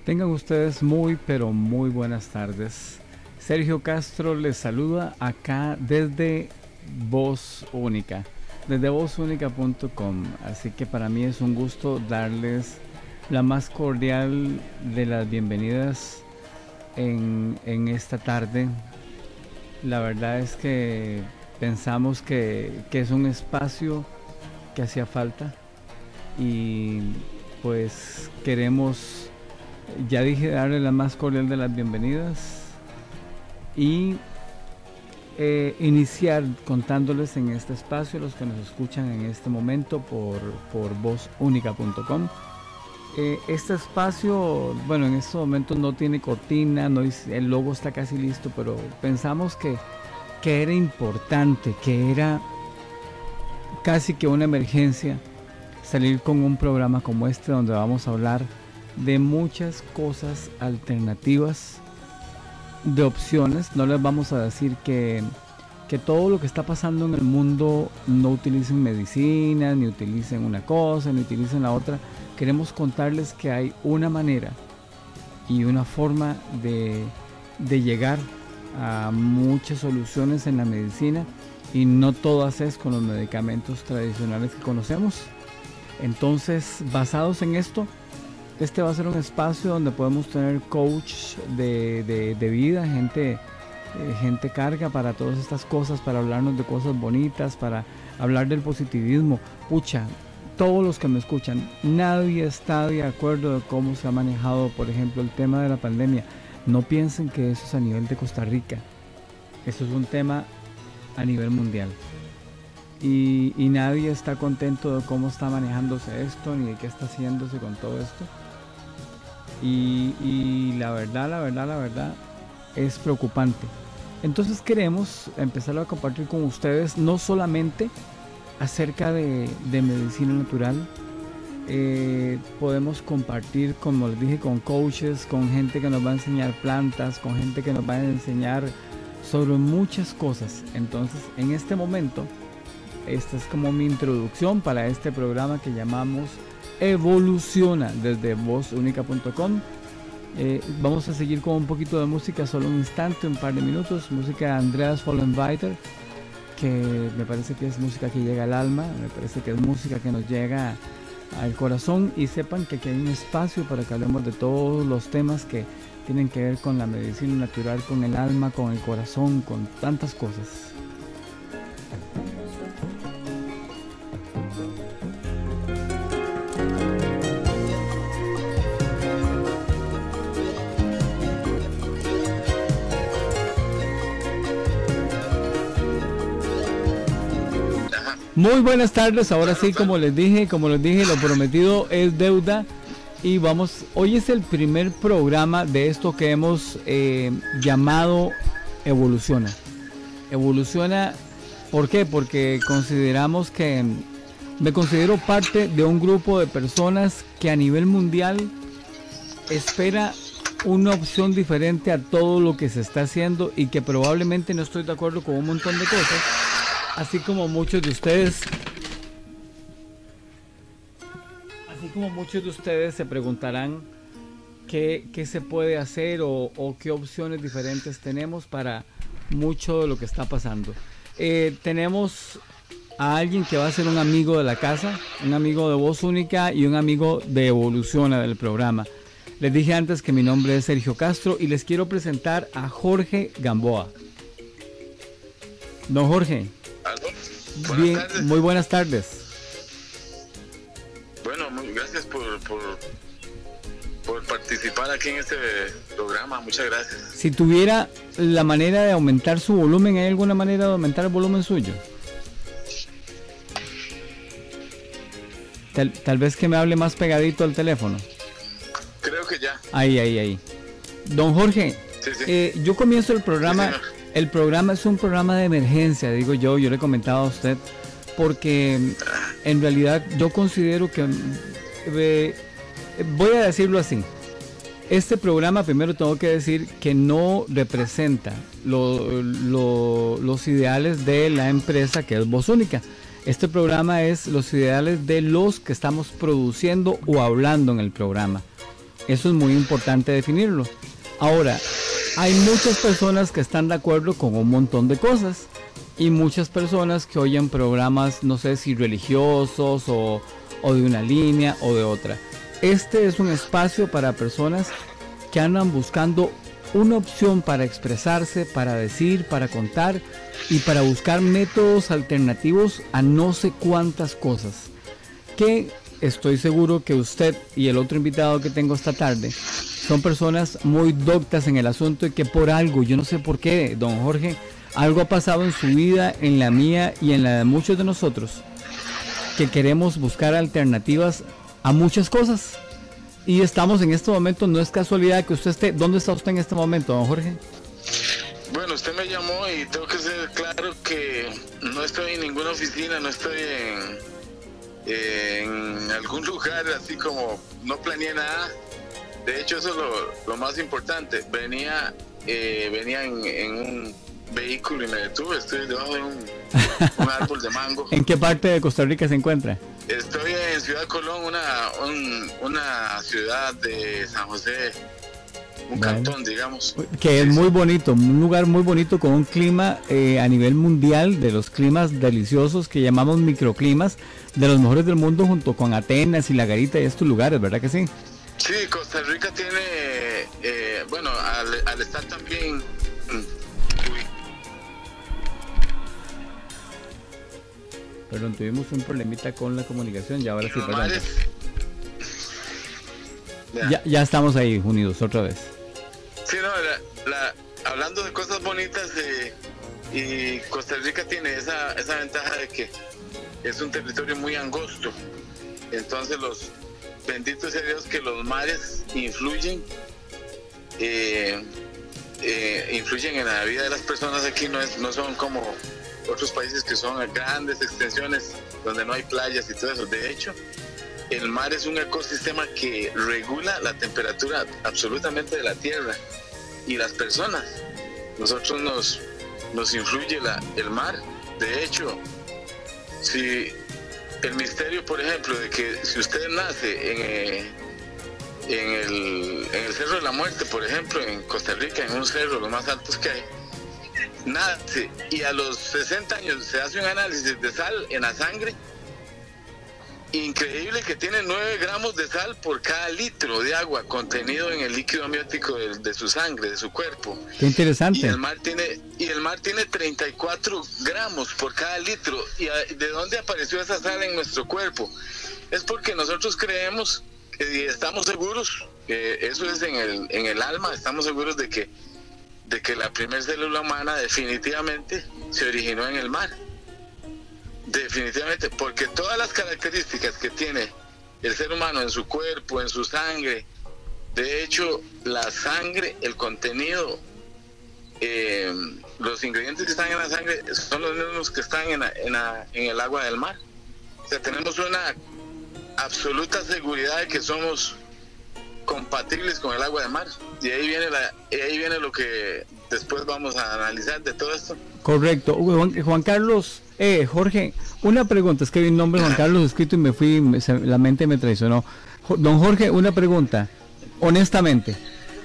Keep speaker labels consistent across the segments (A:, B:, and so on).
A: Tengan ustedes muy, pero muy buenas tardes. Sergio Castro les saluda acá desde Voz Única, desde vozúnica.com. Así que para mí es un gusto darles la más cordial de las bienvenidas en esta tarde. La verdad es que pensamos que es un espacio que hacía falta y pues queremos, ya dije, darle la más cordial de las bienvenidas y iniciar contándoles en este espacio, los que nos escuchan en este momento por vozúnica.com. Este espacio, bueno, en estos momentos no tiene cortina, el logo está casi listo, pero pensamos que era importante, que era casi que una emergencia salir con un programa como este, donde vamos a hablar de muchas cosas alternativas, de opciones. No les vamos a decir que todo lo que está pasando en el mundo no utilicen medicina, ni utilicen una cosa, ni utilicen la otra. Queremos contarles que hay una manera y una forma de llegar a muchas soluciones en la medicina, y no todas es con los medicamentos tradicionales que conocemos. Entonces, basados en esto, este va a ser un espacio donde podemos tener coach de vida, gente carga para todas estas cosas, para hablarnos de cosas bonitas, para hablar del positivismo. Pucha, todos los que me escuchan, nadie está de acuerdo de cómo se ha manejado, por ejemplo, el tema de la pandemia. No piensen que eso es a nivel de Costa Rica, eso es un tema a nivel mundial. Y nadie está contento de cómo está manejándose esto, ni de qué está haciéndose con todo esto. Y la verdad es preocupante. Entonces queremos empezar a compartir con ustedes no solamente acerca de medicina natural. Podemos compartir, como les dije, con coaches, con gente que nos va a enseñar plantas, con gente que nos va a enseñar sobre muchas cosas. Entonces, en este momento, esta es como mi introducción para este programa que llamamos Evoluciona desde vozúnica.com. Vamos a seguir con un poquito de música, solo un instante, un par de minutos. Música de Andreas Vollenweiter, que me parece que es música que llega al alma, me parece que es música que nos llega al corazón. Y sepan que aquí hay un espacio para que hablemos de todos los temas que tienen que ver con la medicina natural, con el alma, con el corazón, con tantas cosas. Muy buenas tardes, ahora sí, como les dije, lo prometido es deuda. Y hoy es el primer programa de esto que hemos llamado Evoluciona. Evoluciona, ¿por qué? Porque consideramos que me considero parte de un grupo de personas que a nivel mundial espera una opción diferente a todo lo que se está haciendo, y que probablemente no estoy de acuerdo con un montón de cosas, así como muchos de ustedes se preguntarán qué se puede hacer o qué opciones diferentes tenemos para mucho de lo que está pasando. Tenemos a alguien que va a ser un amigo de la casa, un amigo de Voz Única y un amigo de Evoluciona del programa. Les dije antes que mi nombre es Sergio Castro y les quiero presentar a Jorge Gamboa. Don Jorge. Bien, muy buenas tardes.
B: Bueno, gracias por participar aquí en este programa, muchas gracias.
A: Si tuviera la manera de aumentar su volumen, ¿hay alguna manera de aumentar el volumen suyo? Tal vez que me hable más pegadito al teléfono.
B: Creo que ya.
A: Ahí. Don Jorge, sí. Yo comienzo el programa. Sí, el programa es un programa de emergencia, digo yo le comentaba a usted, porque en realidad yo considero que, voy a decirlo así, este programa, primero tengo que decir que no representa los ideales de la empresa que es Voz Única. Este programa es los ideales de los que estamos produciendo o hablando en el programa. Eso es muy importante definirlo. Ahora, hay muchas personas que están de acuerdo con un montón de cosas y muchas personas que oyen programas, no sé si religiosos o de una línea o de otra. Este es un espacio para personas que andan buscando una opción para expresarse, para decir, para contar y para buscar métodos alternativos a no sé cuántas cosas. Que estoy seguro que usted y el otro invitado que tengo esta tarde son personas muy doctas en el asunto y que por algo, yo no sé por qué, don Jorge, algo ha pasado en su vida, en la mía y en la de muchos de nosotros, que queremos buscar alternativas a muchas cosas. Y estamos en este momento, no es casualidad que usted esté. ¿Dónde está usted en este momento, don Jorge?
B: Bueno, usted me llamó y tengo que ser claro que no estoy en ninguna oficina, no estoy en algún lugar así como no planeé nada. De hecho, eso es lo más importante. Venía en un vehículo y me detuve. Estoy debajo de un árbol de mango.
A: ¿En qué parte de Costa Rica se encuentra?
B: Estoy en Ciudad Colón, una ciudad de San José, un cantón, digamos.
A: Que es muy bonito, un lugar muy bonito con un clima a nivel mundial, de los climas deliciosos que llamamos microclimas, de los mejores del mundo, junto con Atenas y La Garita y estos lugares, ¿verdad que sí?
B: Sí, Costa Rica tiene, bueno, al estar también...
A: Perdón, tuvimos un problemita con la comunicación y ahora sí, perdón. Ya estamos ahí unidos otra vez.
B: Sí, no, hablando de cosas bonitas, y Costa Rica tiene esa ventaja de que es un territorio muy angosto. Entonces bendito sea Dios que los mares influyen en la vida de las personas aquí, no son como otros países que son grandes extensiones donde no hay playas y todo eso. De hecho, el mar es un ecosistema que regula la temperatura absolutamente de la tierra y las personas. Nosotros nos influye el mar. De hecho, si el misterio, por ejemplo, de que si usted nace en el Cerro de la Muerte, por ejemplo, en Costa Rica, en un cerro, los más altos que hay, nace y a los 60 años se hace un análisis de sal en la sangre, increíble, que tiene 9 gramos de sal por cada litro de agua contenido en el líquido amniótico de su sangre, de su cuerpo.
A: Qué interesante.
B: Y el mar tiene 34 gramos por cada litro. ¿Y de dónde apareció esa sal en nuestro cuerpo? Es porque nosotros creemos y estamos seguros, eso es en el alma, estamos seguros de que la primera célula humana definitivamente se originó en el mar. Definitivamente, porque todas las características que tiene el ser humano en su cuerpo, en su sangre, de hecho, la sangre, el contenido, los ingredientes que están en la sangre son los mismos que están en el agua del mar. O sea, tenemos una absoluta seguridad de que somos compatibles con el agua de mar, y ahí viene lo que después vamos a analizar de todo esto.
A: Correcto. Juan Carlos, Jorge, una pregunta, es que vi un nombre Juan Carlos escrito y me fui, la mente me traicionó. Don Jorge, una pregunta, honestamente,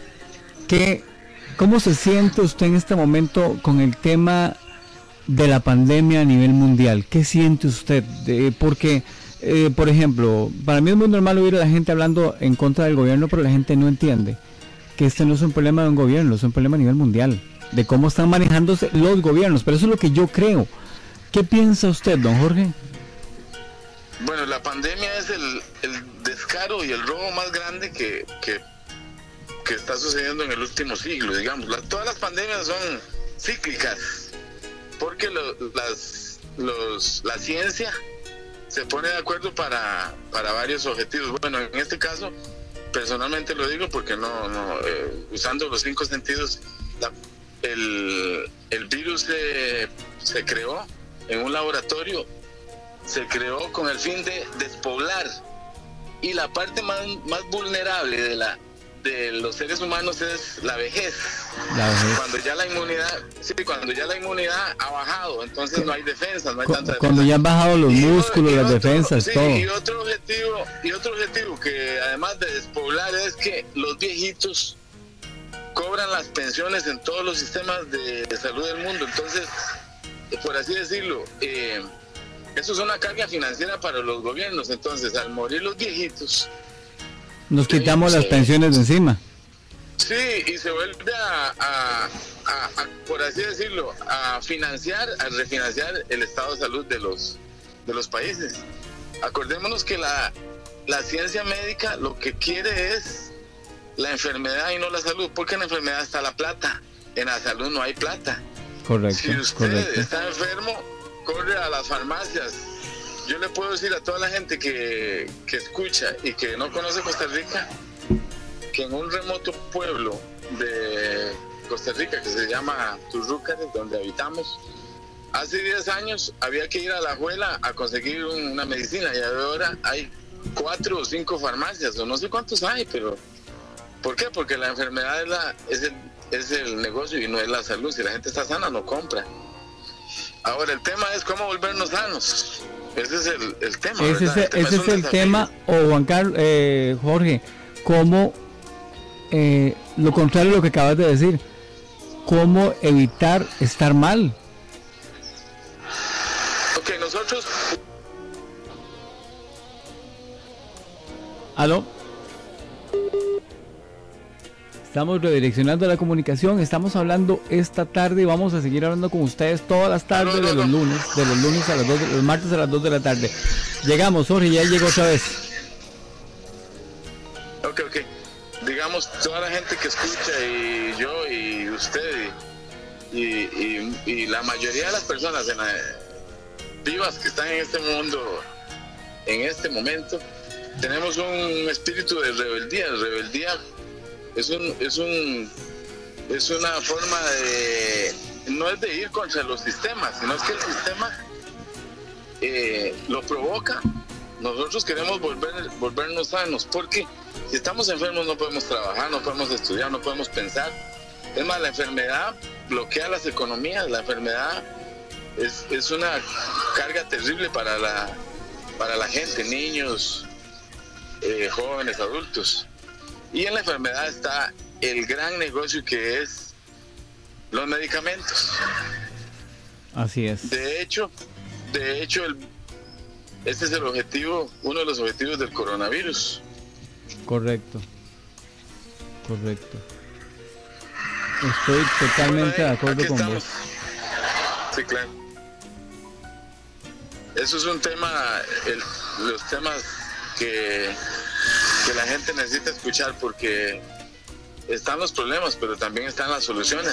A: ¿cómo se siente usted en este momento con el tema de la pandemia a nivel mundial? ¿Qué siente usted? Porque por ejemplo, para mí es muy normal oír a la gente hablando en contra del gobierno, pero la gente no entiende que este no es un problema de un gobierno, es un problema a nivel mundial, de cómo están manejándose los gobiernos, pero eso es lo que yo creo. ¿Qué piensa usted, don Jorge?
B: Bueno, la pandemia es el descaro y el robo más grande que está sucediendo en el último siglo, digamos. Todas las pandemias son cíclicas, porque la ciencia se pone de acuerdo para varios objetivos. Bueno, en este caso, personalmente lo digo porque usando los 5 sentidos, el virus se creó en un laboratorio, se creó con el fin de despoblar, y la parte más vulnerable de los seres humanos es la vejez. Cuando ya la inmunidad ha bajado, entonces no hay defensa, no hay tanta defensa.
A: Cuando ya han bajado los músculos, las defensas,
B: sí,
A: todo.
B: Y otro objetivo que además de despoblar es que los viejitos cobran las pensiones en todos los sistemas de salud del mundo. Entonces, por así decirlo, eso es una carga financiera para los gobiernos. Entonces, al morir los viejitos,
A: nos quitamos las pensiones de encima.
B: Sí, y se vuelve por así decirlo, a refinanciar el estado de salud de los países. Acordémonos que la ciencia médica lo que quiere es la enfermedad y no la salud, porque en la enfermedad está la plata, en la salud no hay plata.
A: Correcto.
B: Si usted está enfermo, corre a las farmacias. Yo le puedo decir a toda la gente que escucha y que no conoce Costa Rica, que en un remoto pueblo de Costa Rica que se llama Turrúcares, donde habitamos, hace 10 años había que ir a la abuela a conseguir una medicina y ahora hay 4 o 5 farmacias, o no sé cuántos hay, pero ¿por qué? Porque la enfermedad es el negocio y no es la salud. Si la gente está sana, no compra. Ahora, el tema es cómo volvernos sanos. Ese es el tema.
A: Ese es el tema, o Juan Carlos, Jorge, cómo, lo contrario de lo que acabas de decir, cómo evitar estar mal.
B: Ok, nosotros...
A: ¿Aló? Estamos redireccionando la comunicación, estamos hablando esta tarde y vamos a seguir hablando con ustedes todas las tardes de los lunes a las 2, los martes a las 2 de la tarde. Llegamos, Jorge, ya llegó otra vez.
B: Ok. Digamos, toda la gente que escucha, y yo, y usted, y la mayoría de las personas vivas que están en este mundo, en este momento, tenemos un espíritu de rebeldía. Rebeldía es una forma de, no es de ir contra los sistemas, sino es que el sistema lo provoca. Nosotros queremos volvernos sanos, porque si estamos enfermos no podemos trabajar, no podemos estudiar, no podemos pensar. Es más, la enfermedad bloquea las economías. La enfermedad es una carga terrible para la gente, niños, jóvenes, adultos. Y en la enfermedad está el gran negocio que es los medicamentos.
A: Así es.
B: De hecho, este es el objetivo, uno de los objetivos del coronavirus.
A: Correcto. Estoy totalmente de acuerdo con vos.
B: Sí, claro. Eso es un tema, los temas que la gente necesita escuchar, porque están los problemas, pero también están las soluciones.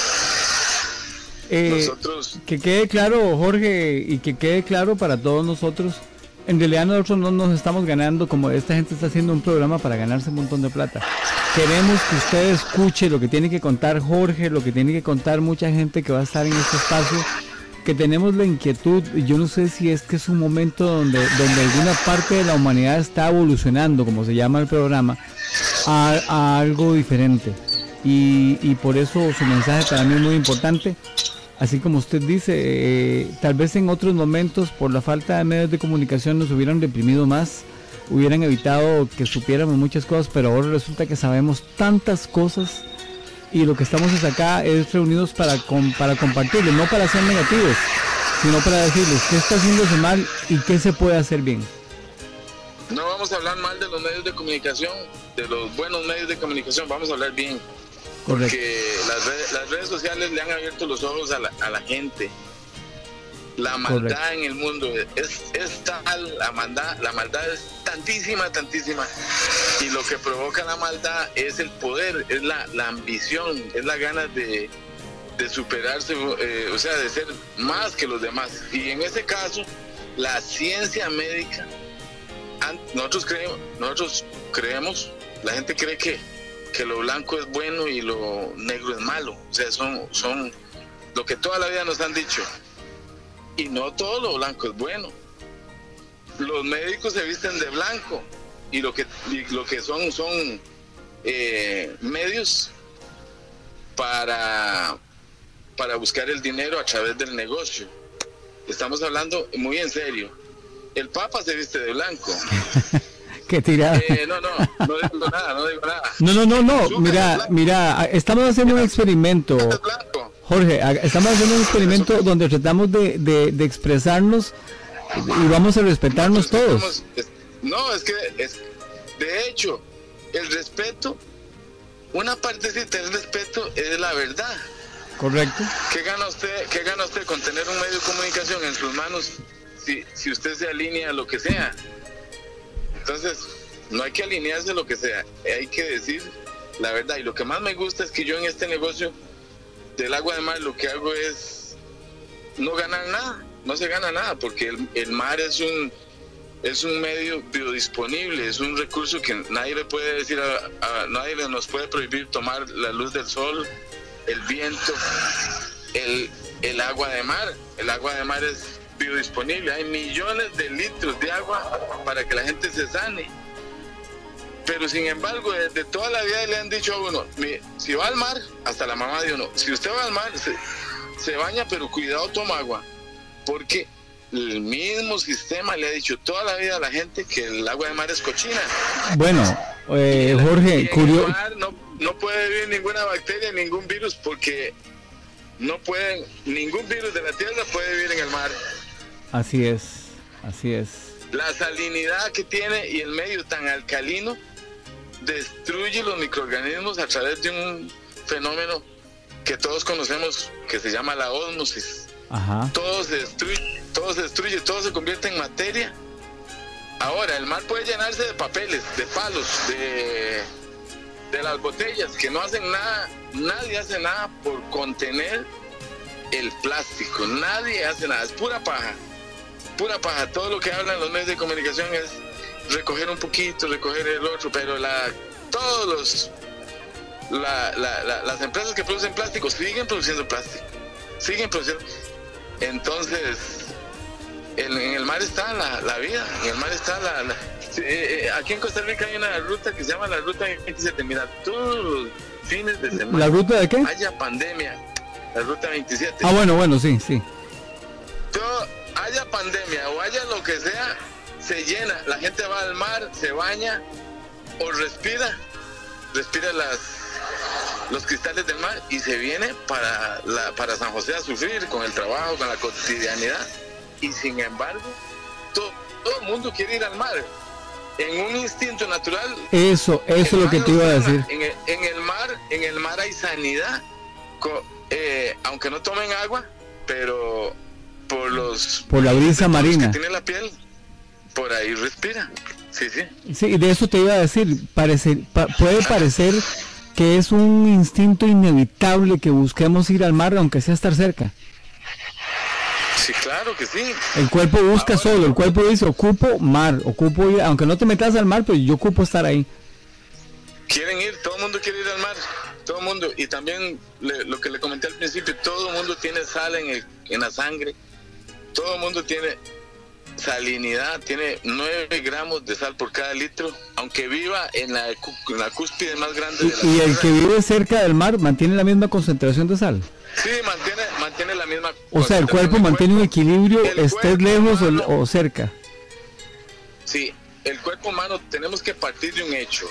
B: Nosotros...
A: Que quede claro, Jorge, y que quede claro para todos nosotros, en realidad nosotros no nos estamos ganando, como esta gente está haciendo un programa para ganarse un montón de plata. Queremos que usted escuche lo que tiene que contar Jorge, lo que tiene que contar mucha gente que va a estar en este espacio, que tenemos la inquietud, y yo no sé si es que es un momento donde alguna parte de la humanidad está evolucionando, como se llama el programa, a algo diferente, y por eso su mensaje para mí es muy importante. Así como usted dice, tal vez en otros momentos por la falta de medios de comunicación nos hubieran reprimido más, hubieran evitado que supiéramos muchas cosas, pero ahora resulta que sabemos tantas cosas. Y lo que estamos es acá es reunidos para compartirlo, no para ser negativos, sino para decirles qué está haciéndose mal y qué se puede hacer bien.
B: No vamos a hablar mal de los medios de comunicación, de los buenos medios de comunicación, vamos a hablar bien.
A: Correcto.
B: Porque las redes sociales le han abierto los ojos a la gente. La maldad Correcto. En el mundo es tal, la maldad es tantísima, y lo que provoca la maldad es el poder, es la ambición, es la ganas de superarse, o sea, de ser más que los demás. Y en ese caso, la ciencia médica, nosotros creemos, la gente cree que lo blanco es bueno y lo negro es malo. O sea, son lo que toda la vida nos han dicho. Y no todo lo blanco es bueno. Los médicos se visten de blanco y lo que son medios para buscar el dinero a través del negocio. Estamos hablando muy en serio. El Papa se viste de blanco.
A: Qué tirada.
B: No digo nada.
A: No. Mira, estamos haciendo un experimento. Jorge, estamos haciendo un experimento donde tratamos de expresarnos y vamos a respetarnos todos.
B: De hecho, el respeto, una partecita del respeto es la verdad.
A: Correcto.
B: ¿Qué gana usted con tener un medio de comunicación en sus manos si usted se alinea a lo que sea? Entonces, no hay que alinearse a lo que sea, hay que decir la verdad. Y lo que más me gusta es que yo en este negocio del agua de mar lo que hago es no ganar nada, no se gana nada, porque el mar es un medio biodisponible, es un recurso que nadie le puede decir nadie nos puede prohibir tomar la luz del sol, el viento, el agua de mar. El agua de mar es biodisponible, hay millones de litros de agua para que la gente se sane, pero sin embargo desde toda la vida le han dicho a uno, si va al mar, hasta la mamá de uno, si usted va al mar se baña, pero cuidado, toma agua, porque el mismo sistema le ha dicho toda la vida a la gente que el agua de mar es cochina.
A: Bueno, Jorge,
B: curioso. En el mar no puede vivir ninguna bacteria, ningún virus, porque ningún virus de la tierra puede vivir en el mar.
A: Así es.
B: La salinidad que tiene y el medio tan alcalino destruye los microorganismos a través de un fenómeno que todos conocemos, que se llama la ósmosis.
A: Ajá.
B: Todo se destruye, todo se convierte en materia. Ahora, el mar puede llenarse de papeles, de palos, de las botellas, que no hacen nada, nadie hace nada por contener el plástico, nadie hace nada, es pura paja. Todo lo que hablan los medios de comunicación es recoger un poquito, recoger el otro, pero las empresas que producen plástico siguen produciendo plástico, entonces en el mar está la vida, en el mar está aquí en Costa Rica hay una ruta que se llama la Ruta 27, mira, todos los fines de semana.
A: ¿La ruta de qué?
B: Haya pandemia, la Ruta 27.
A: Bueno, sí.
B: Haya pandemia o haya lo que sea, se llena, la gente va al mar, se baña o respira los cristales del mar y se viene para San José a sufrir con el trabajo, con la cotidianidad, y sin embargo todo el mundo quiere ir al mar en un instinto natural.
A: Eso es lo que te iba a decir.
B: En el mar hay sanidad, aunque no tomen agua, pero por la brisa marina que tiene la piel, por ahí respira. Sí,
A: de eso te iba a decir. Puede parecer que es un instinto inevitable que busquemos ir al mar, aunque sea estar cerca.
B: Sí, claro que sí.
A: El cuerpo busca solo, el cuerpo dice, ocupo mar, ocupo ir, aunque no te metas al mar, pues yo ocupo estar ahí.
B: Quieren ir, todo el mundo quiere ir al mar, todo el mundo. Y también lo que le comenté al principio, todo el mundo tiene sal en la sangre, todo el mundo tiene salinidad, tiene 9 gramos de sal por cada litro, aunque viva en la cúspide más grande de la tierra.
A: ¿Y el que vive cerca del mar mantiene la misma concentración de sal?
B: Sí, mantiene la misma.
A: O sea, el cuerpo mantiene un equilibrio, estés lejos o cerca.
B: Sí, el cuerpo humano, tenemos que partir de un hecho,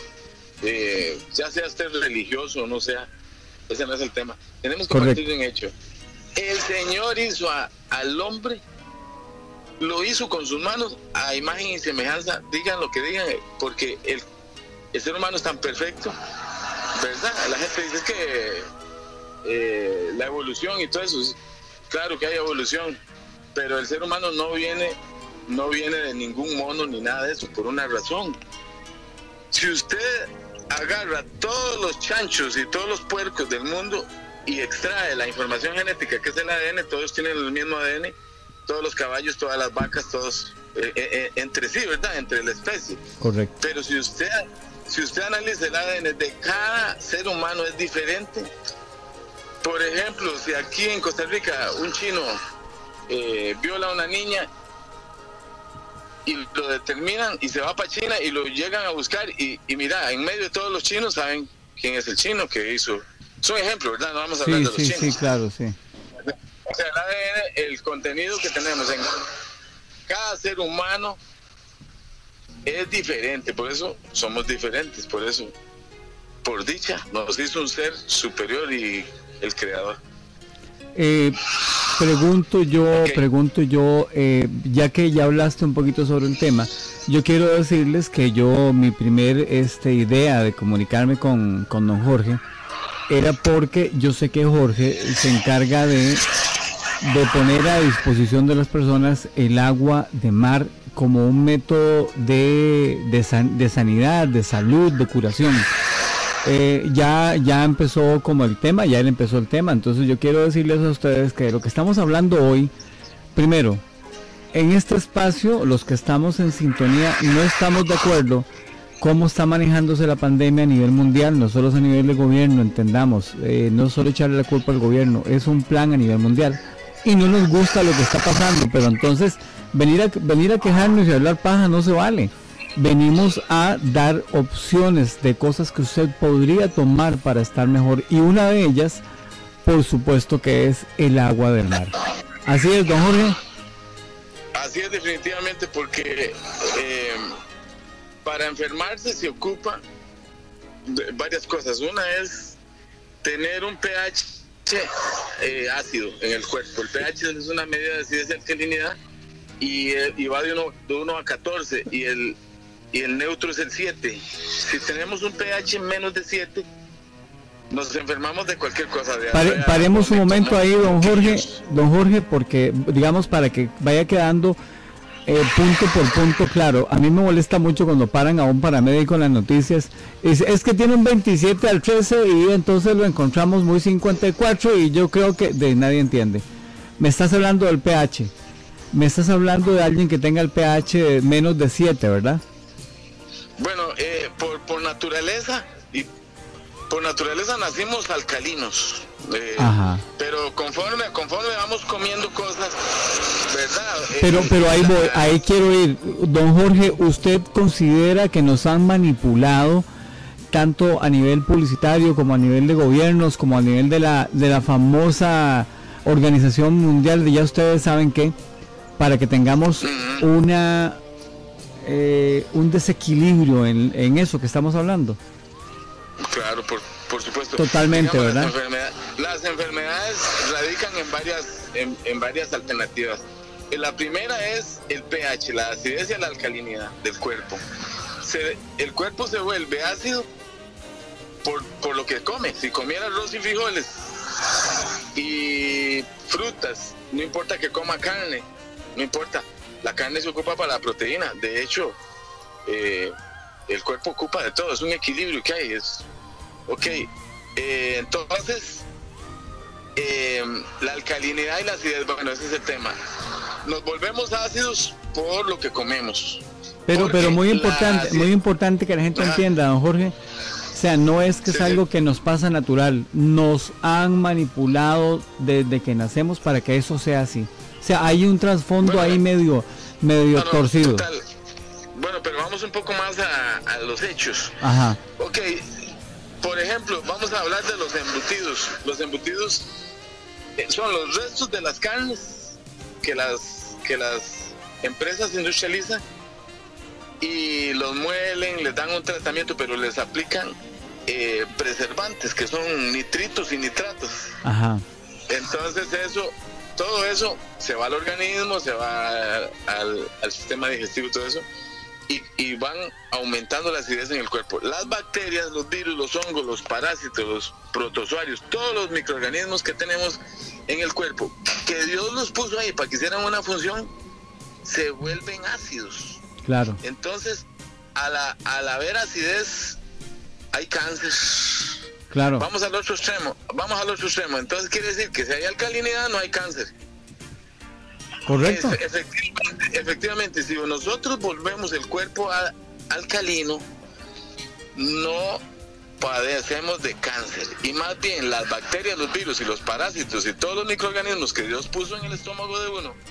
B: ya sea usted religioso o no sea, ese no es el tema. Tenemos que partir de un hecho. El Señor hizo al hombre, lo hizo con sus manos a imagen y semejanza, digan lo que digan, porque el ser humano es tan perfecto, ¿verdad? La gente dice que la evolución y todo eso, claro que hay evolución, pero el ser humano no viene de ningún mono ni nada de eso, por una razón. Si usted agarra todos los chanchos y todos los puercos del mundo y extrae la información genética, que es el ADN, todos tienen el mismo ADN, todos los caballos, todas las vacas, todos entre sí, ¿verdad? Entre la especie.
A: Correcto.
B: Pero si usted analiza el ADN de cada ser humano es diferente. Por ejemplo, si aquí en Costa Rica un chino viola a una niña, y lo determinan y se va para China y lo llegan a buscar y mira, en medio de todos los chinos saben quién es el chino que hizo. Es un ejemplo, ¿verdad? No vamos a hablar de los chinos.
A: Sí, claro, sí.
B: O sea, el ADN, el contenido que tenemos en cada ser humano es diferente, por eso somos diferentes, por eso, por dicha, nos hizo un ser superior y el creador.
A: Pregunto yo, ya que ya hablaste un poquito sobre el tema, yo quiero decirles que mi primer idea de comunicarme con don Jorge era porque yo sé que Jorge se encarga de poner a disposición de las personas el agua de mar como un método de sanidad, de salud, de curación. Ya empezó como el tema, ya él empezó el tema, entonces yo quiero decirles a ustedes que lo que estamos hablando hoy, primero, en este espacio, los que estamos en sintonía, no estamos de acuerdo cómo está manejándose la pandemia a nivel mundial, no solo a nivel de gobierno, entendamos, no solo echarle la culpa al gobierno, es un plan a nivel mundial, y no nos gusta lo que está pasando, pero entonces venir a quejarnos y hablar paja no se vale. Venimos a dar opciones de cosas que usted podría tomar para estar mejor, y una de ellas, por supuesto, que es el agua del mar. Así es, don Jorge.
B: Así es, definitivamente, porque para enfermarse se ocupa de varias cosas. Una es tener un pH ácido en el cuerpo. El pH es una medida de acidez y alcalinidad y va de 1 a 14 y el neutro es el 7. Si tenemos un pH menos de 7, nos enfermamos de cualquier cosa.
A: Paremos un momento ahí, don Jorge, porque digamos para que vaya quedando punto por punto claro. A mí me molesta mucho cuando paran a un paramédico en las noticias. Es que tiene un 27 al 13 y entonces lo encontramos muy 54 y yo creo que nadie entiende. Me estás hablando del pH. Me estás hablando de alguien que tenga el pH menos de 7, ¿verdad?
B: Bueno, por naturaleza nacimos alcalinos, pero conforme vamos comiendo cosas, ¿verdad?
A: Pero ahí quiero ir, don Jorge. ¿Usted considera que nos han manipulado tanto a nivel publicitario como a nivel de gobiernos, como a nivel de la famosa Organización Mundial de ya ustedes saben qué, para que tengamos un desequilibrio en eso que estamos hablando?
B: Claro, por supuesto.
A: Totalmente, digamos, ¿verdad?
B: Las enfermedades radican en varias alternativas. La primera es el pH, la acidez y la alcalinidad del cuerpo. El cuerpo se vuelve ácido por lo que come. Si comiera arroz y frijoles y frutas, no importa que coma carne, no importa. La carne se ocupa para la proteína. De hecho, el cuerpo ocupa de todo. Es un equilibrio que hay. Entonces, la alcalinidad y la acidez, bueno, ese es el tema. Nos volvemos ácidos por lo que comemos.
A: Pero muy importante que la gente entienda, don Jorge. O sea, no es que es algo que nos pasa natural. Nos han manipulado desde que nacemos para que eso sea así. O sea, hay un trasfondo ahí medio torcido.
B: Total. Bueno, pero vamos un poco más a los hechos.
A: Ajá.
B: Ok, por ejemplo, vamos a hablar de los embutidos. Los embutidos son los restos de las carnes que las empresas industrializan y los muelen, les dan un tratamiento, pero les aplican preservantes que son nitritos y nitratos.
A: Ajá.
B: Entonces todo eso se va al organismo, se va al sistema digestivo y todo eso, y van aumentando la acidez en el cuerpo. Las bacterias, los virus, los hongos, los parásitos, los protozoarios, todos los microorganismos que tenemos en el cuerpo, que Dios los puso ahí para que hicieran una función, se vuelven ácidos.
A: Claro.
B: Entonces, al haber acidez, hay cáncer.
A: Claro.
B: Vamos al otro extremo. Entonces quiere decir que si hay alcalinidad no hay cáncer.
A: Correcto.
B: Efectivamente, si nosotros volvemos el cuerpo alcalino, no padecemos de cáncer. Y más bien las bacterias, los virus y los parásitos y todos los microorganismos que Dios puso en el estómago de uno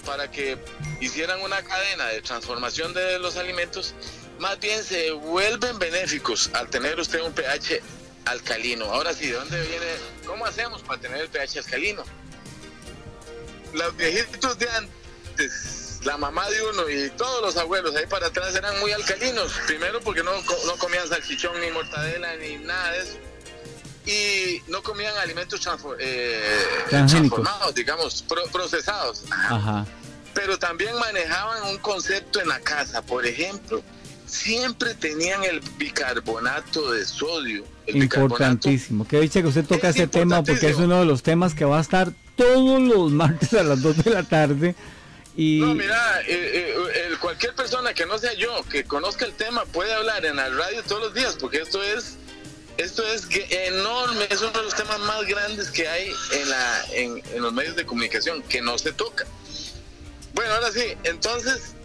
B: para que hicieran una cadena de transformación de los alimentos, más bien se vuelven benéficos al tener usted un pH alcalino. Ahora sí, ¿de dónde viene? ¿Cómo hacemos para tener el pH alcalino? Los viejitos de antes, la mamá de uno y todos los abuelos ahí para atrás eran muy alcalinos. Primero porque no comían salchichón, ni mortadela, ni nada de eso. Y no comían alimentos transformados, digamos, procesados.
A: Ajá.
B: Pero también manejaban un concepto en la casa. Por ejemplo, siempre tenían el bicarbonato de sodio.
A: Importantísimo. Qué dicha que usted toca ese tema, porque es uno de los temas que va a estar todos los martes a las 2 de la tarde. Y...
B: No, mira, cualquier persona que no sea yo, que conozca el tema, puede hablar en la radio todos los días, porque esto es enorme, es uno de los temas más grandes que hay en los medios de comunicación, que no se toca. Bueno, ahora sí, entonces,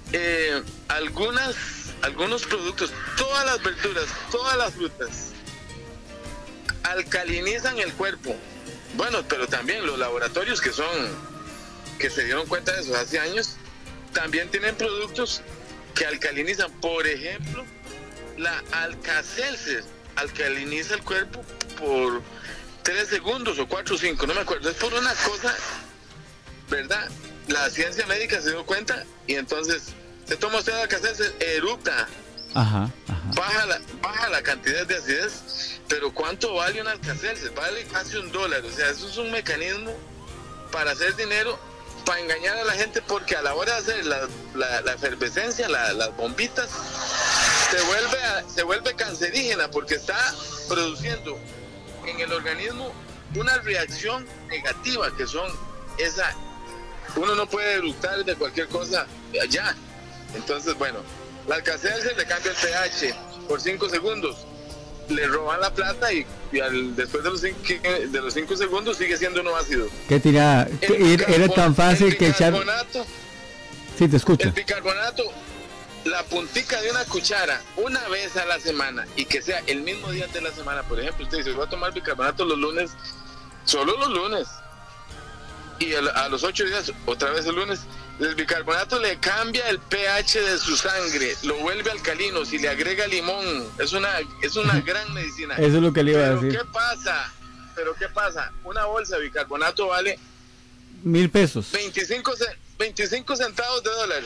B: algunos productos, todas las verduras, todas las frutas, alcalinizan el cuerpo. Bueno, pero también los laboratorios que se dieron cuenta de eso hace años, también tienen productos que alcalinizan. Por ejemplo, la Alka-Seltzer alcaliniza el cuerpo por 3 segundos o 4 o 5, no me acuerdo, es por una cosa, ¿verdad? La ciencia médica se dio cuenta y entonces se toma usted Alka-Seltzer, eructa,
A: ajá.
B: baja la cantidad de acidez, pero ¿cuánto vale un Alka-Seltzer? Vale casi $1, o sea, eso es un mecanismo para hacer dinero, para engañar a la gente, porque a la hora de hacer la efervescencia, las bombitas, se vuelve cancerígena, porque está produciendo en el organismo una reacción negativa, que son uno no puede eructar de cualquier cosa allá. Entonces, bueno, la Alka-Seltzer le cambia el pH por 5 segundos, le roban la plata y después de los 5 segundos sigue siendo uno ácido.
A: ¿Qué tirada? Era tan fácil que echar... Sí, te escucho.
B: El bicarbonato, la puntica de una cuchara una vez a la semana, y que sea el mismo día de la semana. Por ejemplo, usted dice, voy a tomar bicarbonato los lunes, solo los lunes, y a los 8 días otra vez el lunes. El bicarbonato le cambia el pH de su sangre, lo vuelve alcalino. Si le agrega limón, es una gran medicina.
A: Eso es lo que le iba a decir.
B: ¿Pero qué pasa? Una bolsa de bicarbonato vale
A: $1,000.
B: 25 centavos de dólar.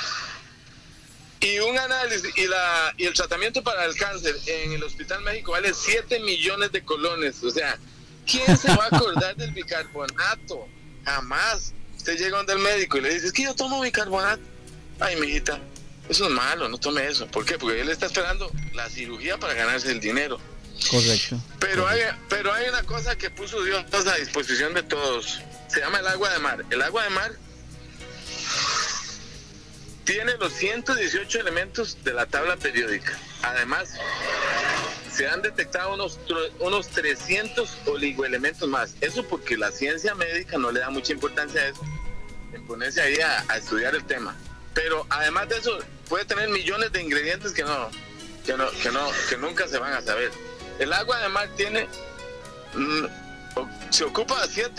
B: Y un análisis y el tratamiento para el cáncer en el Hospital México vale 7 millones de colones. O sea, ¿quién se va a acordar del bicarbonato? Jamás. Usted llega donde el médico y le dice, es que yo tomo bicarbonato. Ay, mijita, eso es malo, no tome eso. ¿Por qué? Porque él está esperando la cirugía para ganarse el dinero.
A: Correcto.
B: Pero hay una cosa que puso Dios a disposición de todos. Se llama el agua de mar. El agua de mar tiene los 118 elementos de la tabla periódica. Además, se han detectado unos 300 oligoelementos más. Eso porque la ciencia médica no le da mucha importancia a eso, en ponerse ahí a estudiar el tema. Pero además de eso, puede tener millones de ingredientes que nunca se van a saber. El agua de mar se ocupa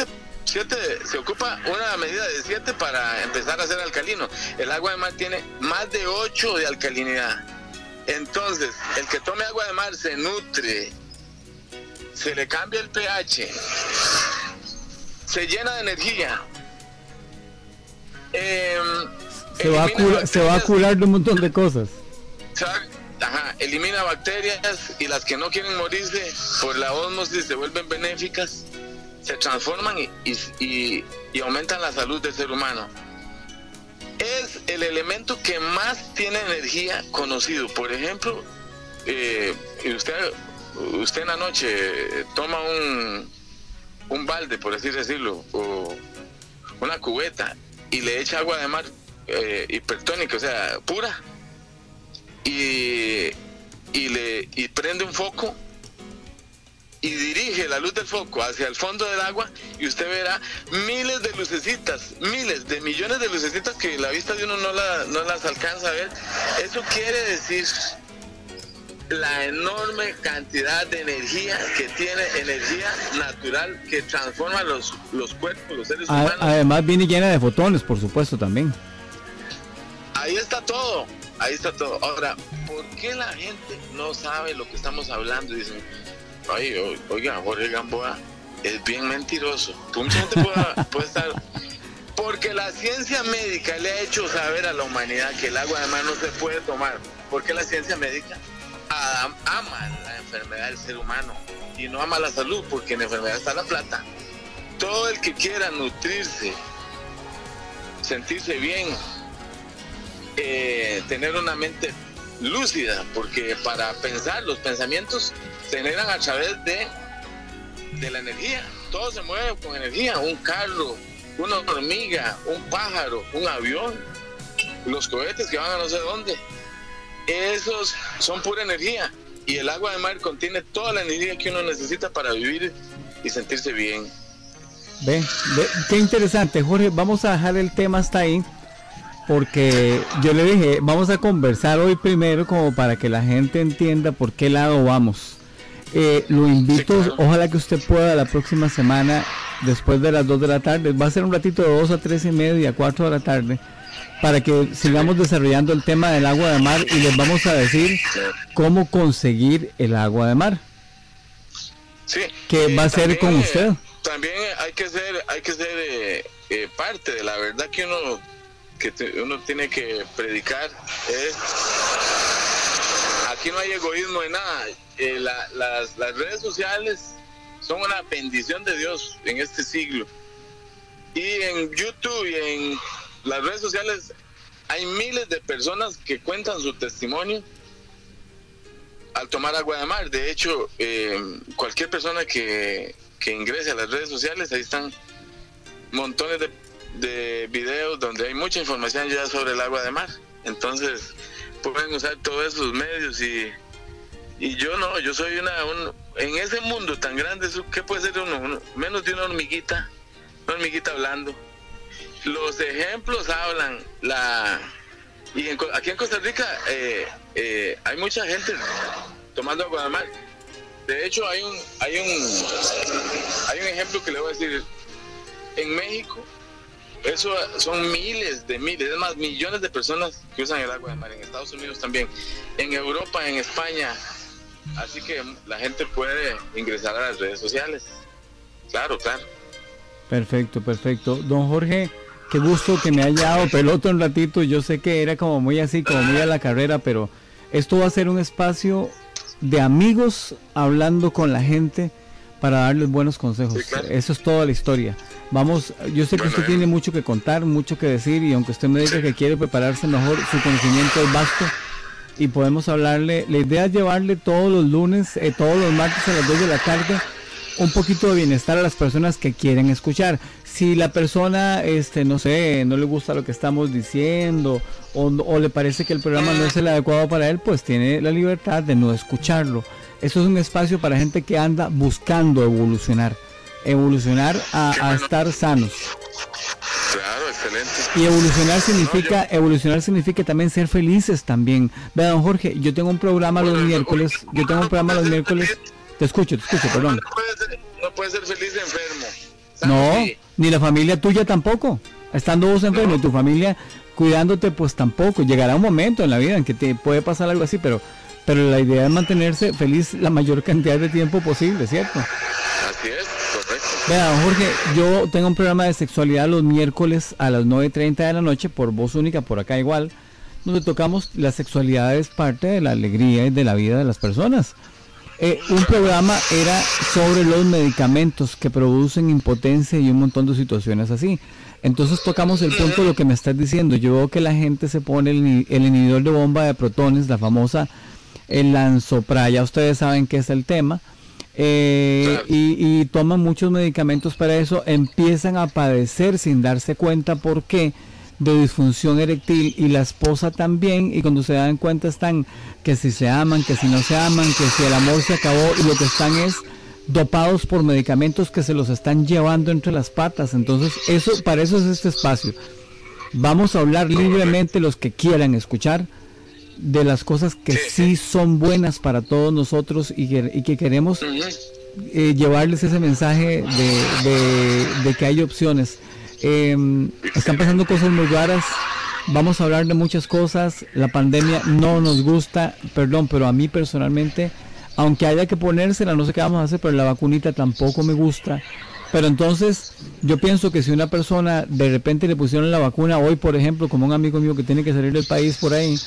B: una medida de 7 para empezar a ser alcalino. El agua de mar tiene más de 8 de alcalinidad. Entonces, el que tome agua de mar se nutre, se le cambia el pH, se llena de energía,
A: se va a curar de un montón de cosas.
B: Elimina bacterias, y las que no quieren morirse por la ósmosis se vuelven benéficas, se transforman y aumentan la salud del ser humano. Es el elemento que más tiene energía conocido. Por ejemplo, usted en la noche toma un balde, por así decirlo, o una cubeta, y le echa agua de mar hipertónica, o sea, pura, y prende un foco y dirige la luz del foco hacia el fondo del agua, y usted verá miles de lucecitas, miles de millones de lucecitas que la vista de uno no las alcanza a ver. Eso quiere decir la enorme cantidad de energía que tiene, energía natural que transforma los cuerpos, los seres humanos.
A: Además viene llena de fotones, por supuesto, también.
B: Ahí está todo, ahí está todo. Ahora, ¿por qué la gente no sabe lo que estamos hablando? Dicen, oiga, Jorge Gamboa es bien mentiroso. Mucha gente puede estar... Porque la ciencia médica le ha hecho saber a la humanidad que el agua de mar no se puede tomar. Porque la ciencia médica ama la enfermedad del ser humano y no ama la salud, porque en la enfermedad está la plata. Todo el que quiera nutrirse, sentirse bien, tener una mente lúcida, porque para pensar, los pensamientos se generan a través de la energía. Todo se mueve con energía, un carro, una hormiga, un pájaro, un avión, los cohetes que van a no sé dónde. Esos son pura energía, y el agua de mar contiene toda la energía que uno necesita para vivir y sentirse bien.
A: Ve, qué interesante, Jorge. Vamos a dejar el tema hasta ahí, porque yo le dije, vamos a conversar hoy primero como para que la gente entienda por qué lado vamos. Lo invito, sí, claro. Ojalá que usted pueda la próxima semana, después de las 2 de la tarde, va a ser un ratito de 2 a 3 y media, 4 de la tarde, para que sigamos desarrollando el tema del agua de mar, y les vamos a decir cómo conseguir el agua de mar.
B: Sí.
A: Que va a ser con usted.
B: También hay que ser parte de la verdad que uno tiene que predicar. Aquí no hay egoísmo de nada. Las redes sociales son una bendición de Dios en este siglo. Y en YouTube y en las redes sociales hay miles de personas que cuentan su testimonio al tomar agua de mar. De hecho, cualquier persona que ingrese a las redes sociales, ahí están montones de videos donde hay mucha información ya sobre el agua de mar. Entonces pueden usar todos esos medios, y yo soy en ese mundo tan grande, ¿qué puede ser uno? Menos de una hormiguita hablando. Los ejemplos hablan. Aquí en Costa Rica hay mucha gente tomando agua de mar. De hecho, hay un ejemplo que le voy a decir. En México, eso son miles, es más, millones de personas que usan el agua de mar. En Estados Unidos también, en Europa, en España. Así que la gente puede ingresar a las redes sociales. Claro.
A: Perfecto. Don Jorge, qué gusto que me haya dado pelota un ratito. Yo sé que era como muy así, como muy a la carrera, pero esto va a ser un espacio de amigos hablando con la gente para darles buenos consejos. Sí, claro. Eso es toda la historia. Yo sé que usted tiene mucho que contar, mucho que decir, y aunque usted me diga que quiere prepararse mejor, su conocimiento es vasto y podemos hablarle. La idea es llevarle todos los lunes, todos los martes a las 2 de la tarde, un poquito de bienestar a las personas que quieren escuchar. Si la persona, no sé, no le gusta lo que estamos diciendo, o le parece que el programa no es el adecuado para él, pues tiene la libertad de no escucharlo. Eso es un espacio para gente que anda buscando evolucionar a estar sanos.
B: Claro, excelente.
A: Y evolucionar significa también ser felices también. Vea, don Jorge, yo tengo un programa los miércoles. Te escucho, perdón.
B: No puede ser feliz enfermo.
A: No, ni la familia tuya tampoco. Estando vos enfermo y tu familia cuidándote, pues tampoco. Llegará un momento en la vida en que te puede pasar algo así, pero la idea es mantenerse feliz la mayor cantidad de tiempo posible, ¿cierto?
B: Así es, correcto.
A: Vea, don Jorge, yo tengo un programa de sexualidad los miércoles a las 9:30 de la noche por Voz Única, por acá igual, donde tocamos la sexualidad es parte de la alegría y de la vida de las personas. Un programa era sobre los medicamentos que producen impotencia y un montón de situaciones así. Entonces tocamos el punto de lo que me estás diciendo. Yo veo que la gente se pone el inhibidor de bomba de protones, la famosa Lansoprazol, ya ustedes saben qué es el tema, y toman muchos medicamentos para eso, empiezan a padecer sin darse cuenta por qué, de disfunción eréctil, y la esposa también, y cuando se dan cuenta están que si se aman, que si no se aman, que si el amor se acabó, y lo que están es dopados por medicamentos que se los están llevando entre las patas. Entonces para eso es este espacio. Vamos a hablar libremente los que quieran escuchar, de las cosas que sí son buenas para todos nosotros y que queremos llevarles ese mensaje de que hay opciones. Están pasando cosas muy raras, vamos a hablar de muchas cosas. La pandemia no nos gusta, perdón, pero a mí personalmente, aunque haya que ponérsela, no sé qué vamos a hacer, pero la vacunita tampoco me gusta. Pero entonces yo pienso que si una persona de repente le pusieron la vacuna hoy, por ejemplo, como un amigo mío que tiene que salir del país por ahí,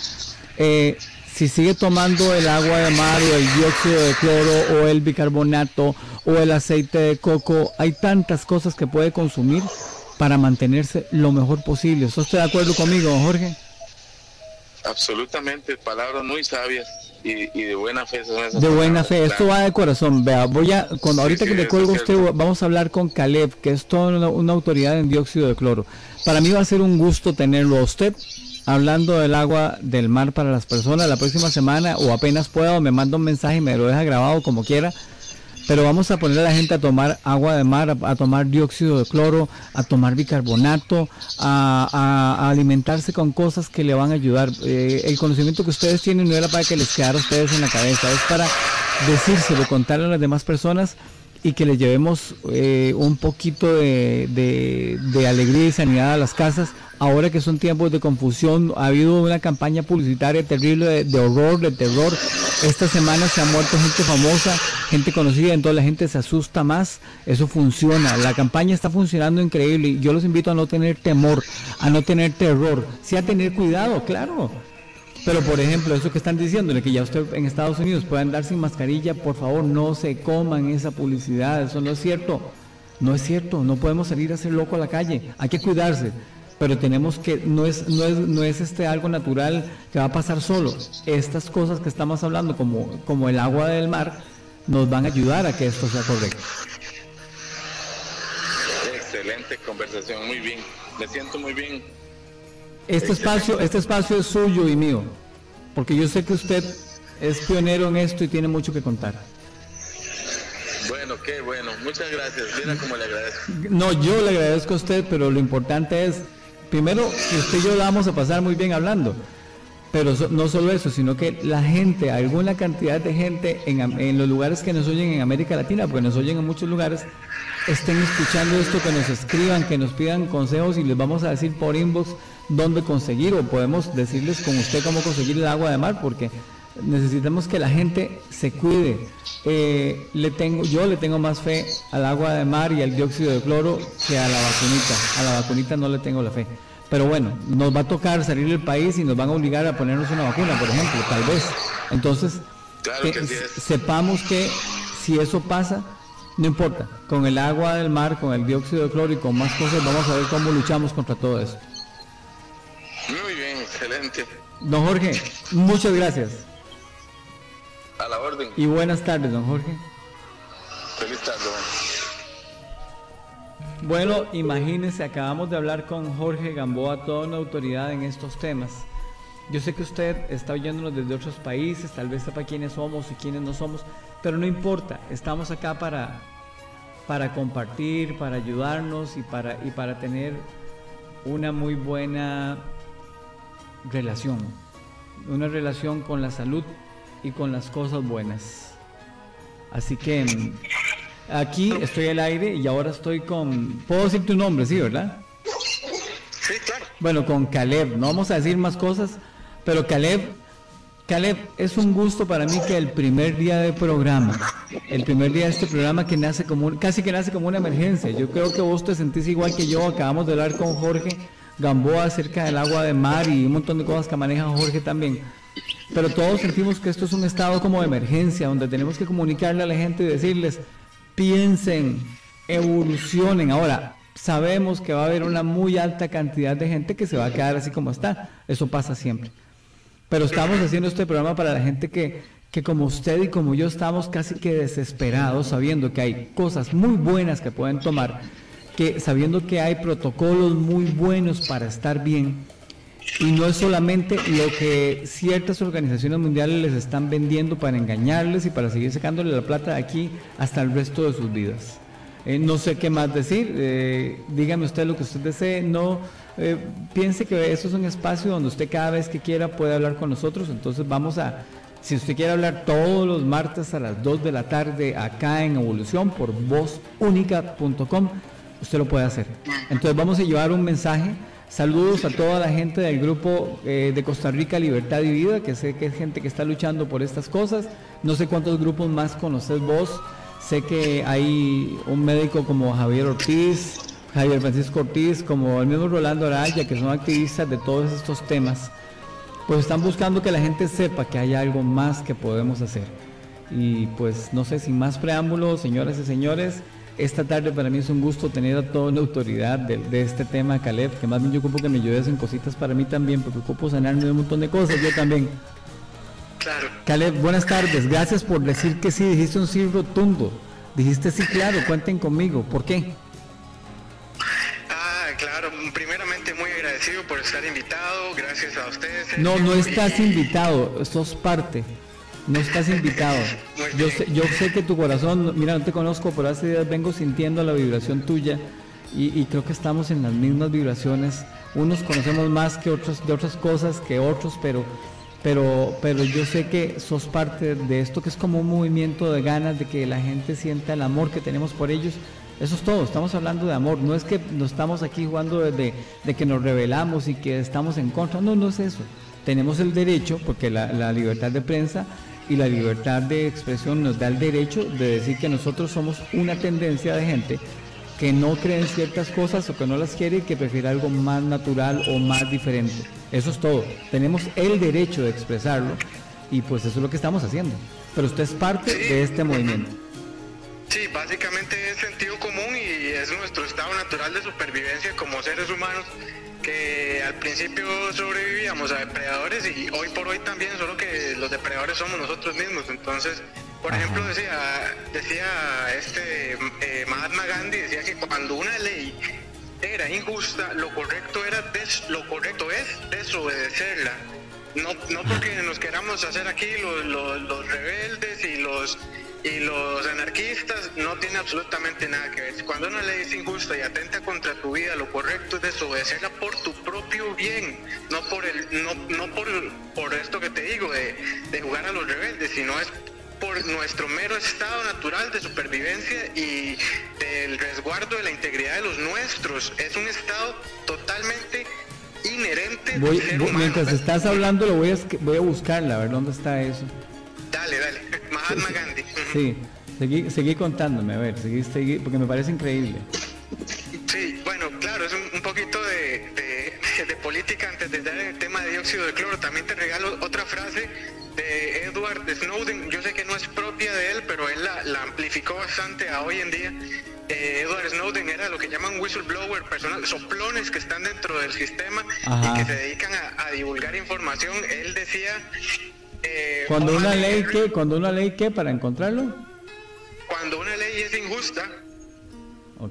A: si sigue tomando el agua de mar o el dióxido de cloro o el bicarbonato o el aceite de coco, hay tantas cosas que puede consumir para mantenerse lo mejor posible. ¿Usted está de acuerdo conmigo, don Jorge?
B: Absolutamente, palabras muy sabias y de buena fe.
A: De buena fe, esto va de corazón. Vea, ahorita que le cuelgo a usted, vamos a hablar con Caleb, que es toda una autoridad en dióxido de cloro. Para mí va a ser un gusto tenerlo a usted hablando del agua del mar para las personas. La próxima semana, o apenas pueda, me manda un mensaje y me lo deja grabado como quiera. Pero vamos a poner a la gente a tomar agua de mar, a tomar dióxido de cloro, a tomar bicarbonato, a alimentarse con cosas que le van a ayudar. El conocimiento que ustedes tienen no era para que les quedara a ustedes en la cabeza, es para decírselo, contarle a las demás personas y que les llevemos un poquito de alegría y sanidad a las casas. Ahora que son tiempos de confusión, ha habido una campaña publicitaria terrible de horror, de terror. Esta semana se ha muerto gente famosa, gente conocida, entonces la gente se asusta más. Eso funciona, la campaña está funcionando increíble y yo los invito a no tener temor, a no tener terror, sí a tener cuidado, claro. Pero por ejemplo, eso que están diciéndole, que ya usted en Estados Unidos puede andar sin mascarilla, por favor no se coman esa publicidad, eso no es cierto. No es cierto, no podemos salir a hacer loco a la calle, hay que cuidarse. Pero tenemos que, no es algo natural que va a pasar solo. Estas cosas que estamos hablando, como el agua del mar, nos van a ayudar a que esto sea correcto.
B: Excelente conversación, muy bien. Me siento muy bien.
A: Este espacio es suyo y mío, porque yo sé que usted es pionero en esto y tiene mucho que contar.
B: Bueno, qué bueno. Muchas gracias. Mira cómo le agradezco.
A: No, yo le agradezco a usted, pero lo importante es, primero, que usted y yo la vamos a pasar muy bien hablando, pero no solo eso, sino que la gente, alguna cantidad de gente en los lugares que nos oyen en América Latina, porque nos oyen en muchos lugares, estén escuchando esto, que nos escriban, que nos pidan consejos y les vamos a decir por inbox dónde conseguir, o podemos decirles con usted cómo conseguir el agua de mar, porque necesitamos que la gente se cuide. Yo le tengo más fe al agua de mar y al dióxido de cloro que a la vacunita. A la vacunita no le tengo la fe. Pero bueno, nos va a tocar salir del país y nos van a obligar a ponernos una vacuna, por ejemplo, tal vez. Entonces,
B: claro que
A: sepamos que si eso pasa, no importa. Con el agua del mar, con el dióxido de cloro y con más cosas, vamos a ver cómo luchamos contra todo eso.
B: Muy bien, excelente.
A: Don Jorge, muchas gracias.
B: A la orden.
A: Y buenas tardes, don Jorge.
B: Feliz tarde.
A: Bueno, imagínense, acabamos de hablar con Jorge Gamboa, toda una autoridad en estos temas. Yo sé que usted está oyéndonos desde otros países, tal vez sepa quiénes somos y quiénes no somos, pero no importa, estamos acá para compartir, para ayudarnos y para tener una muy buena relación, una relación con la salud y con las cosas buenas. Así que aquí estoy al aire y ahora estoy con... ¿Puedo decir tu nombre? Sí, ¿verdad?
B: Sí, claro.
A: Bueno, con Caleb. No vamos a decir más cosas, pero Caleb, es un gusto para mí que el primer día de programa, el primer día de este programa que nace casi que nace como una emergencia. Yo creo que vos te sentís igual que yo. Acabamos de hablar con Jorge Gamboa acerca del agua de mar y un montón de cosas que maneja Jorge también. Pero todos sentimos que esto es un estado como de emergencia, donde tenemos que comunicarle a la gente y decirles, piensen, evolucionen. Ahora, sabemos que va a haber una muy alta cantidad de gente que se va a quedar así como está. Eso pasa siempre. Pero estamos haciendo este programa para la gente que como usted y como yo estamos casi que desesperados, sabiendo que hay cosas muy buenas que pueden tomar, que sabiendo que hay protocolos muy buenos para estar bien. Y no es solamente lo que ciertas organizaciones mundiales les están vendiendo para engañarles y para seguir sacándole la plata de aquí hasta el resto de sus vidas. No sé qué más decir, dígame usted lo que usted desee, no piense que eso es un espacio donde usted cada vez que quiera puede hablar con nosotros, entonces si usted quiere hablar todos los martes a las 2 de la tarde acá en Evolución por vozúnica.com, usted lo puede hacer. Entonces vamos a llevar un mensaje. Saludos a toda la gente del grupo de Costa Rica Libertad y Vida, que sé que es gente que está luchando por estas cosas. No sé cuántos grupos más conoces vos. Sé que hay un médico como Javier Francisco Ortiz, como el mismo Rolando Araya, que son activistas de todos estos temas. Pues están buscando que la gente sepa que hay algo más que podemos hacer. Y pues no sé, sin más preámbulos, señoras y señores, esta tarde para mí es un gusto tener a toda la autoridad de este tema, Caleb, que más bien yo ocupo que me ayudes en cositas para mí también, porque ocupo sanarme de un montón de cosas, yo también.
B: Claro.
A: Caleb, buenas tardes, gracias por decir que sí, dijiste un sí rotundo, dijiste sí, claro, cuenten conmigo, ¿por qué?
C: Claro, primeramente muy agradecido por estar invitado, gracias a ustedes.
A: No estás invitado, sos parte. No estás invitado. Yo sé que tu corazón, mira, no te conozco, pero hace días vengo sintiendo la vibración tuya y creo que estamos en las mismas vibraciones. Unos conocemos más que otros de otras cosas que otros, pero yo sé que sos parte de esto, que es como un movimiento de ganas de que la gente sienta el amor que tenemos por ellos. Eso es todo, estamos hablando de amor, no es que nos estamos aquí jugando de que nos rebelamos y que estamos en contra, no es eso. Tenemos el derecho, porque la libertad de prensa y la libertad de expresión nos da el derecho de decir que nosotros somos una tendencia de gente que no cree en ciertas cosas o que no las quiere y que prefiere algo más natural o más diferente. Eso es todo, tenemos el derecho de expresarlo y pues eso es lo que estamos haciendo, pero usted es parte de este movimiento.
C: Sí, básicamente es sentido común y es nuestro estado natural de supervivencia como seres humanos, que al principio sobrevivíamos a depredadores y hoy por hoy también, solo que los depredadores somos nosotros mismos. Entonces, por ejemplo, decía Mahatma Gandhi, decía que cuando una ley era injusta, lo correcto es desobedecerla. No porque nos queramos hacer aquí los rebeldes y los anarquistas, no tiene absolutamente nada que ver. Cuando una ley es injusta y atenta contra tu vida, lo correcto es desobedecerla por tu propio bien, no por esto que te digo de jugar a los rebeldes, sino es por nuestro mero estado natural de supervivencia y del resguardo de la integridad de los nuestros. Es un estado totalmente inherente del ser humano.
A: Mientras estás hablando voy a buscarla, a ver dónde está eso.
C: Dale, Mahatma Gandhi.
A: Sí, seguí contándome, a ver, seguí, porque me parece increíble.
C: Sí, bueno, claro, es un poquito de política antes de dar el tema de dióxido de cloro. También te regalo otra frase de Edward Snowden. Yo sé que no es propia de él, pero él la amplificó bastante a hoy en día. Edward Snowden era lo que llaman whistleblower, personas, soplones que están dentro del sistema. Ajá. Y que se dedican a divulgar información. Él decía...
A: ¿Cuando una ley qué para encontrarlo?
C: Cuando una ley es injusta.
A: Ok.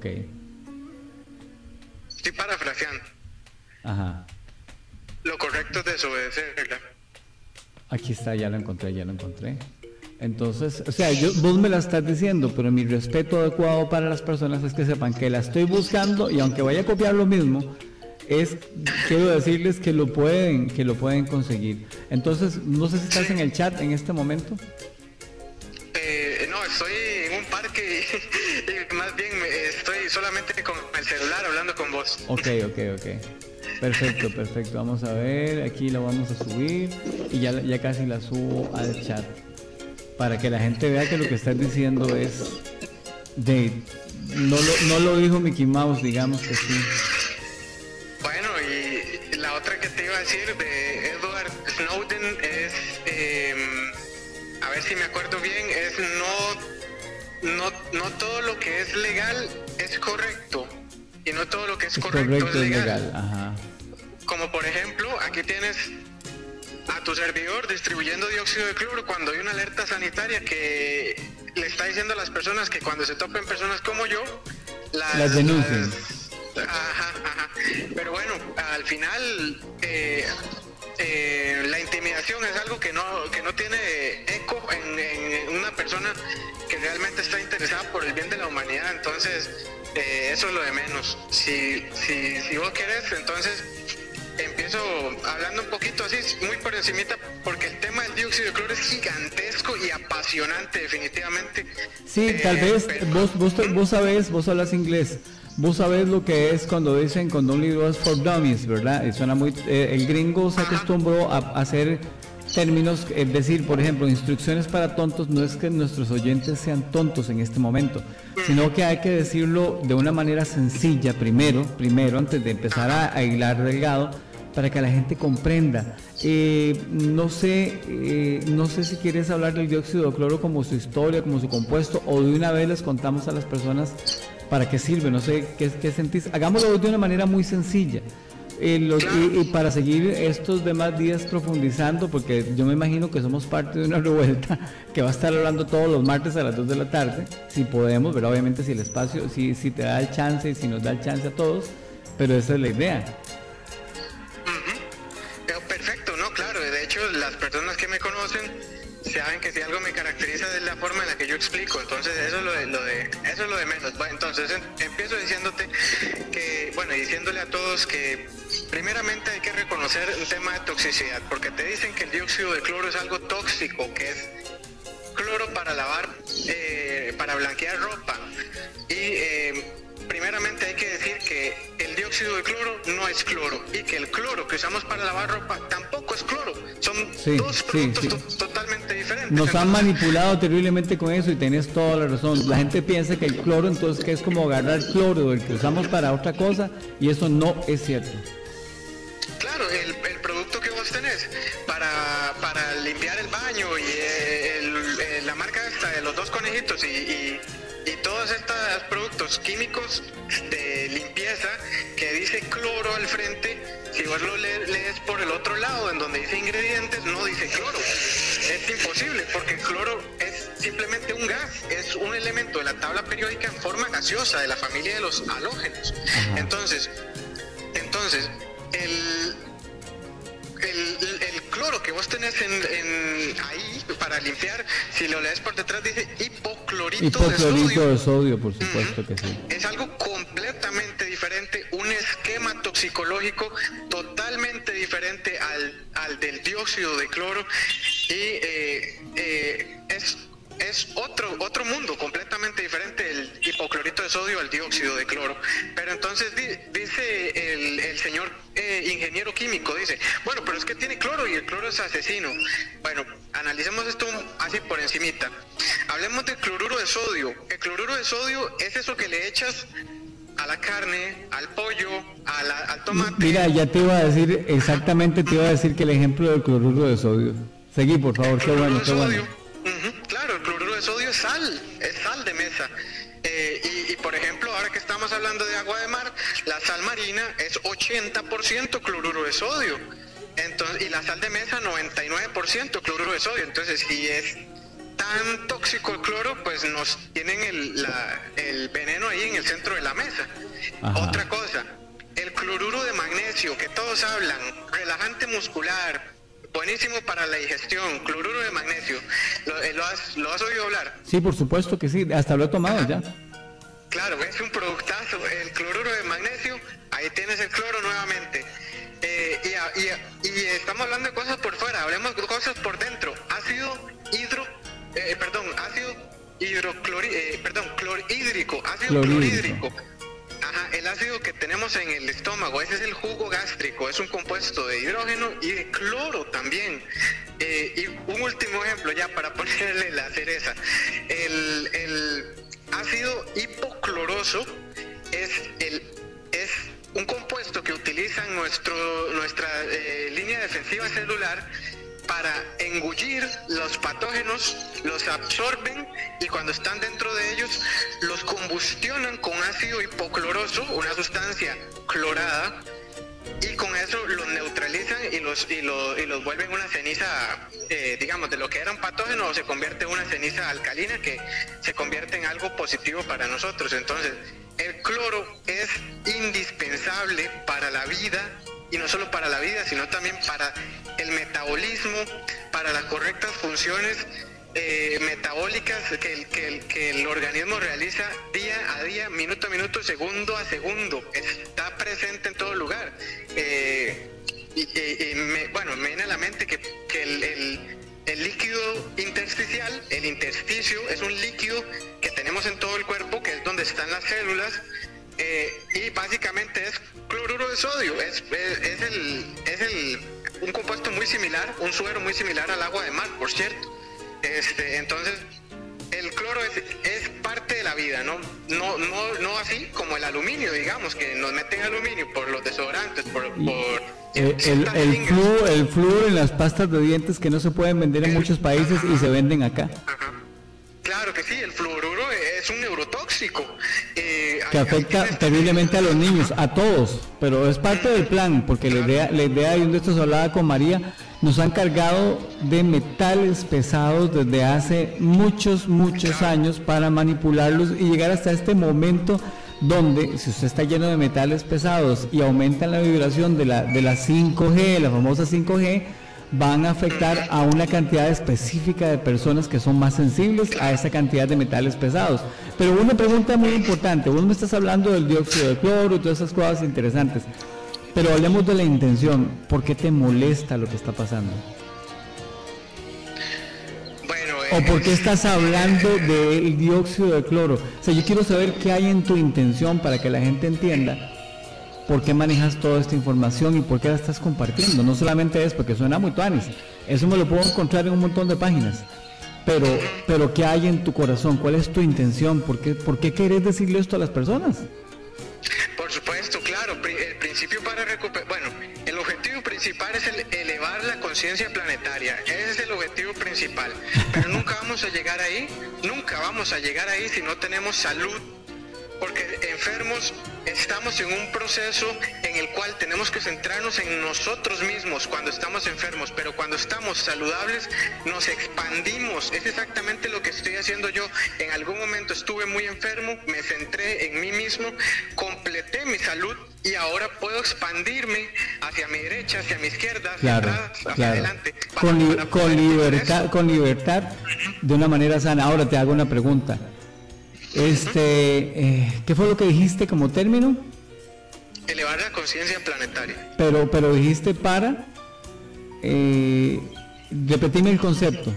C: Estoy parafraseando.
A: Ajá.
C: Lo correcto es desobedecerla.
A: Aquí está, ya lo encontré. Entonces, o sea, vos me la estás diciendo, pero mi respeto adecuado para las personas es que sepan que la estoy buscando y aunque vaya a copiar lo mismo, quiero decirles que lo pueden conseguir. Entonces, no sé si estás en el chat en este momento.
C: No, estoy en un parque y más bien estoy solamente con el celular hablando con vos.
A: Ok. Perfecto. Vamos a ver, aquí la vamos a subir y ya casi la subo al chat para que la gente vea que lo que estás diciendo es no lo dijo Mickey Mouse, digamos que sí.
C: Bueno, y la otra que te iba a decir de Edward Snowden es, a ver si me acuerdo bien, es no todo lo que es legal es correcto y no todo lo que es correcto es legal. Ajá. Como por ejemplo, aquí tienes a tu servidor distribuyendo dióxido de cloro cuando hay una alerta sanitaria que le está diciendo a las personas que cuando se topen personas como yo,
A: las denuncien.
C: Ajá. Pero bueno, al final la intimidación es algo que no tiene eco en una persona que realmente está interesada por el bien de la humanidad, entonces eso es lo de menos. Si vos querés, entonces empiezo hablando un poquito así, muy por encimita, porque el tema del dióxido de cloro es gigantesco y apasionante definitivamente.
A: Sí, tal vez vos sabés, vos hablas inglés, vos sabés lo que es cuando dicen Condom was for dummies, ¿verdad? Y suena muy, el gringo se acostumbró a hacer términos, es decir, por ejemplo, instrucciones para tontos. No es que nuestros oyentes sean tontos en este momento, sino que hay que decirlo de una manera sencilla primero, antes de empezar a hilar delgado, para que la gente comprenda. No sé si quieres hablar del dióxido de cloro como su historia, como su compuesto, o de una vez les contamos a las personas para qué sirve. No sé qué sentís. Hagámoslo de una manera muy sencilla. Y para seguir estos demás días profundizando, porque yo me imagino que somos parte de una revuelta que va a estar hablando todos los martes a las 2 de la tarde, si podemos, pero obviamente si el espacio, si te da el chance y si nos da el chance a todos, pero esa es la idea.
C: Perfecto, no, claro, de hecho las personas que me conocen saben que si algo me caracteriza es la forma en la que yo explico, entonces eso es lo de menos. Bueno, entonces empiezo diciéndote que, bueno, diciéndole a todos que primeramente hay que reconocer el tema de toxicidad, porque te dicen que el dióxido de cloro es algo tóxico, que es cloro para lavar, para blanquear ropa, y primeramente hay que decir que el dióxido de cloro no es cloro, y que el cloro que usamos para lavar ropa tampoco es cloro. Son dos productos totalmente diferentes.
A: Nos han manipulado terriblemente con eso y tenés toda la razón. La gente piensa que el cloro, entonces, que es como agarrar cloro del que usamos para otra cosa, y eso no es cierto.
C: Claro, el producto que vos tenés para limpiar el baño y la marca esta de los dos conejitos y todos estos productos químicos de limpieza que dice cloro al frente, si vos lo lees por el otro lado en donde dice ingredientes, no dice cloro. Es imposible, porque el cloro es simplemente un gas, es un elemento de la tabla periódica en forma gaseosa de la familia de los halógenos. Entonces el cloro que vos tenés ahí para limpiar, si lo lees por detrás dice hipoclorito
A: de sodio, por supuesto que sí.
C: Es algo completamente diferente, un esquema toxicológico totalmente diferente al del dióxido de cloro, y es otro mundo completamente diferente el hipoclorito de sodio al dióxido de cloro. Pero entonces dice el señor ingeniero químico, dice, bueno, pero es que tiene cloro y el cloro es asesino. Bueno, analicemos esto así por encimita. Hablemos del cloruro de sodio. El cloruro de sodio es eso que le echas a la carne, al pollo, al tomate.
A: Mira, ya te iba a decir, exactamente te iba a decir que el ejemplo del cloruro de sodio. Seguí, por favor, qué bueno, qué bueno.
C: Claro, el cloruro de sodio es sal de mesa. Y por ejemplo, ahora que estamos hablando de agua de mar, la sal marina es 80% cloruro de sodio. Entonces, y la sal de mesa 99% cloruro de sodio. Entonces, si es tan tóxico el cloro, pues nos tienen el veneno ahí en el centro de la mesa. Ajá. Otra cosa, el cloruro de magnesio, que todos hablan, relajante muscular, buenísimo para la digestión, cloruro de magnesio. ¿Lo has oído hablar?
A: Sí, por supuesto que sí, hasta lo he tomado. Ajá. Ya.
C: Claro, es un productazo, el cloruro de magnesio, ahí tienes el cloro nuevamente. Y estamos hablando de cosas por fuera, hablemos de cosas por dentro. Clorhídrico. Ajá, el ácido que tenemos en el estómago, ese es el jugo gástrico, es un compuesto de hidrógeno y de cloro también. Y un último ejemplo ya para ponerle la cereza, el ácido hipocloroso es un compuesto que utilizan nuestra línea defensiva celular para engullir los patógenos, los absorben y cuando están dentro de ellos los combustionan con ácido hipocloroso, una sustancia clorada, y con eso los neutralizan y los vuelven una ceniza, digamos, de lo que era un patógeno, se convierte en una ceniza alcalina que se convierte en algo positivo para nosotros. Entonces, el cloro es indispensable para la vida, y no solo para la vida, sino también para el metabolismo, para las correctas funciones metabólicas que el organismo realiza día a día, minuto a minuto, segundo a segundo. Está presente en todo lugar. Me viene a la mente que el líquido intersticial, el intersticio, es un líquido que tenemos en todo el cuerpo, que es donde están las células, y básicamente es cloruro de sodio. Es un compuesto muy similar, un suero muy similar al agua de mar, por cierto. Entonces, el cloro es parte de la vida, no así como el aluminio, digamos, que nos meten aluminio por los desodorantes,
A: el flúor en las pastas de dientes que no se pueden vender en muchos países y se venden acá.
C: Ajá. Claro que sí, el fluoruro es un neurotóxico.
A: Que afecta terriblemente a los niños, a todos, pero es parte del plan, porque la idea y un de estos hablaba con María, nos han cargado de metales pesados desde hace muchos años para manipularlos y llegar hasta este momento donde si usted está lleno de metales pesados y aumentan la vibración de la 5G, la famosa 5G, van a afectar a una cantidad específica de personas que son más sensibles a esa cantidad de metales pesados. Pero una pregunta muy importante, vos me estás hablando del dióxido de cloro y todas esas cosas interesantes, pero hablemos de la intención. ¿Por qué te molesta lo que está pasando? ¿O por qué estás hablando del dióxido de cloro? O sea, yo quiero saber qué hay en tu intención para que la gente entienda por qué manejas toda esta información y por qué la estás compartiendo. No solamente es porque suena muy tuanis, eso me lo puedo encontrar en un montón de páginas, pero ¿qué hay en tu corazón? ¿Cuál es tu intención? ¿Por qué querés decirle esto a las personas?
C: Por supuesto, claro, el principio para recuperar, el objetivo principal es elevar la conciencia planetaria, ese es el objetivo principal, pero nunca vamos a llegar ahí si no tenemos salud, porque enfermos estamos en un proceso en el cual tenemos que centrarnos en nosotros mismos cuando estamos enfermos, pero cuando estamos saludables nos expandimos. Es exactamente lo que estoy haciendo yo. En algún momento estuve muy enfermo, me centré en mí mismo, completé mi salud y ahora puedo expandirme hacia mi derecha, hacia mi izquierda, hacia atrás, hacia adelante. Con
A: libertad, de una manera sana. Ahora te hago una pregunta. ¿Qué fue lo que dijiste como término?
C: Elevar la conciencia planetaria.
A: Pero dijiste para repetirme el concepto.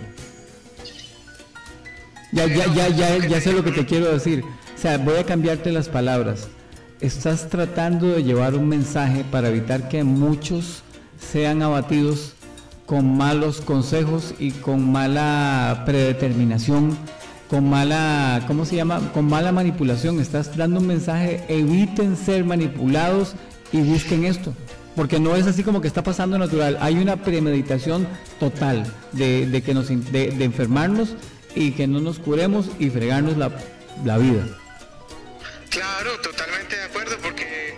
A: Ya sé lo que te quiero decir. O sea, voy a cambiarte las palabras. Estás tratando de llevar un mensaje para evitar que muchos sean abatidos con malos consejos y con mala predeterminación, con mala, ¿cómo se llama? Con mala manipulación. Estás dando un mensaje: eviten ser manipulados y busquen esto, porque no es así como que está pasando natural. Hay una premeditación total de enfermarnos y que no nos curemos y fregarnos la vida.
C: Claro, totalmente de acuerdo, porque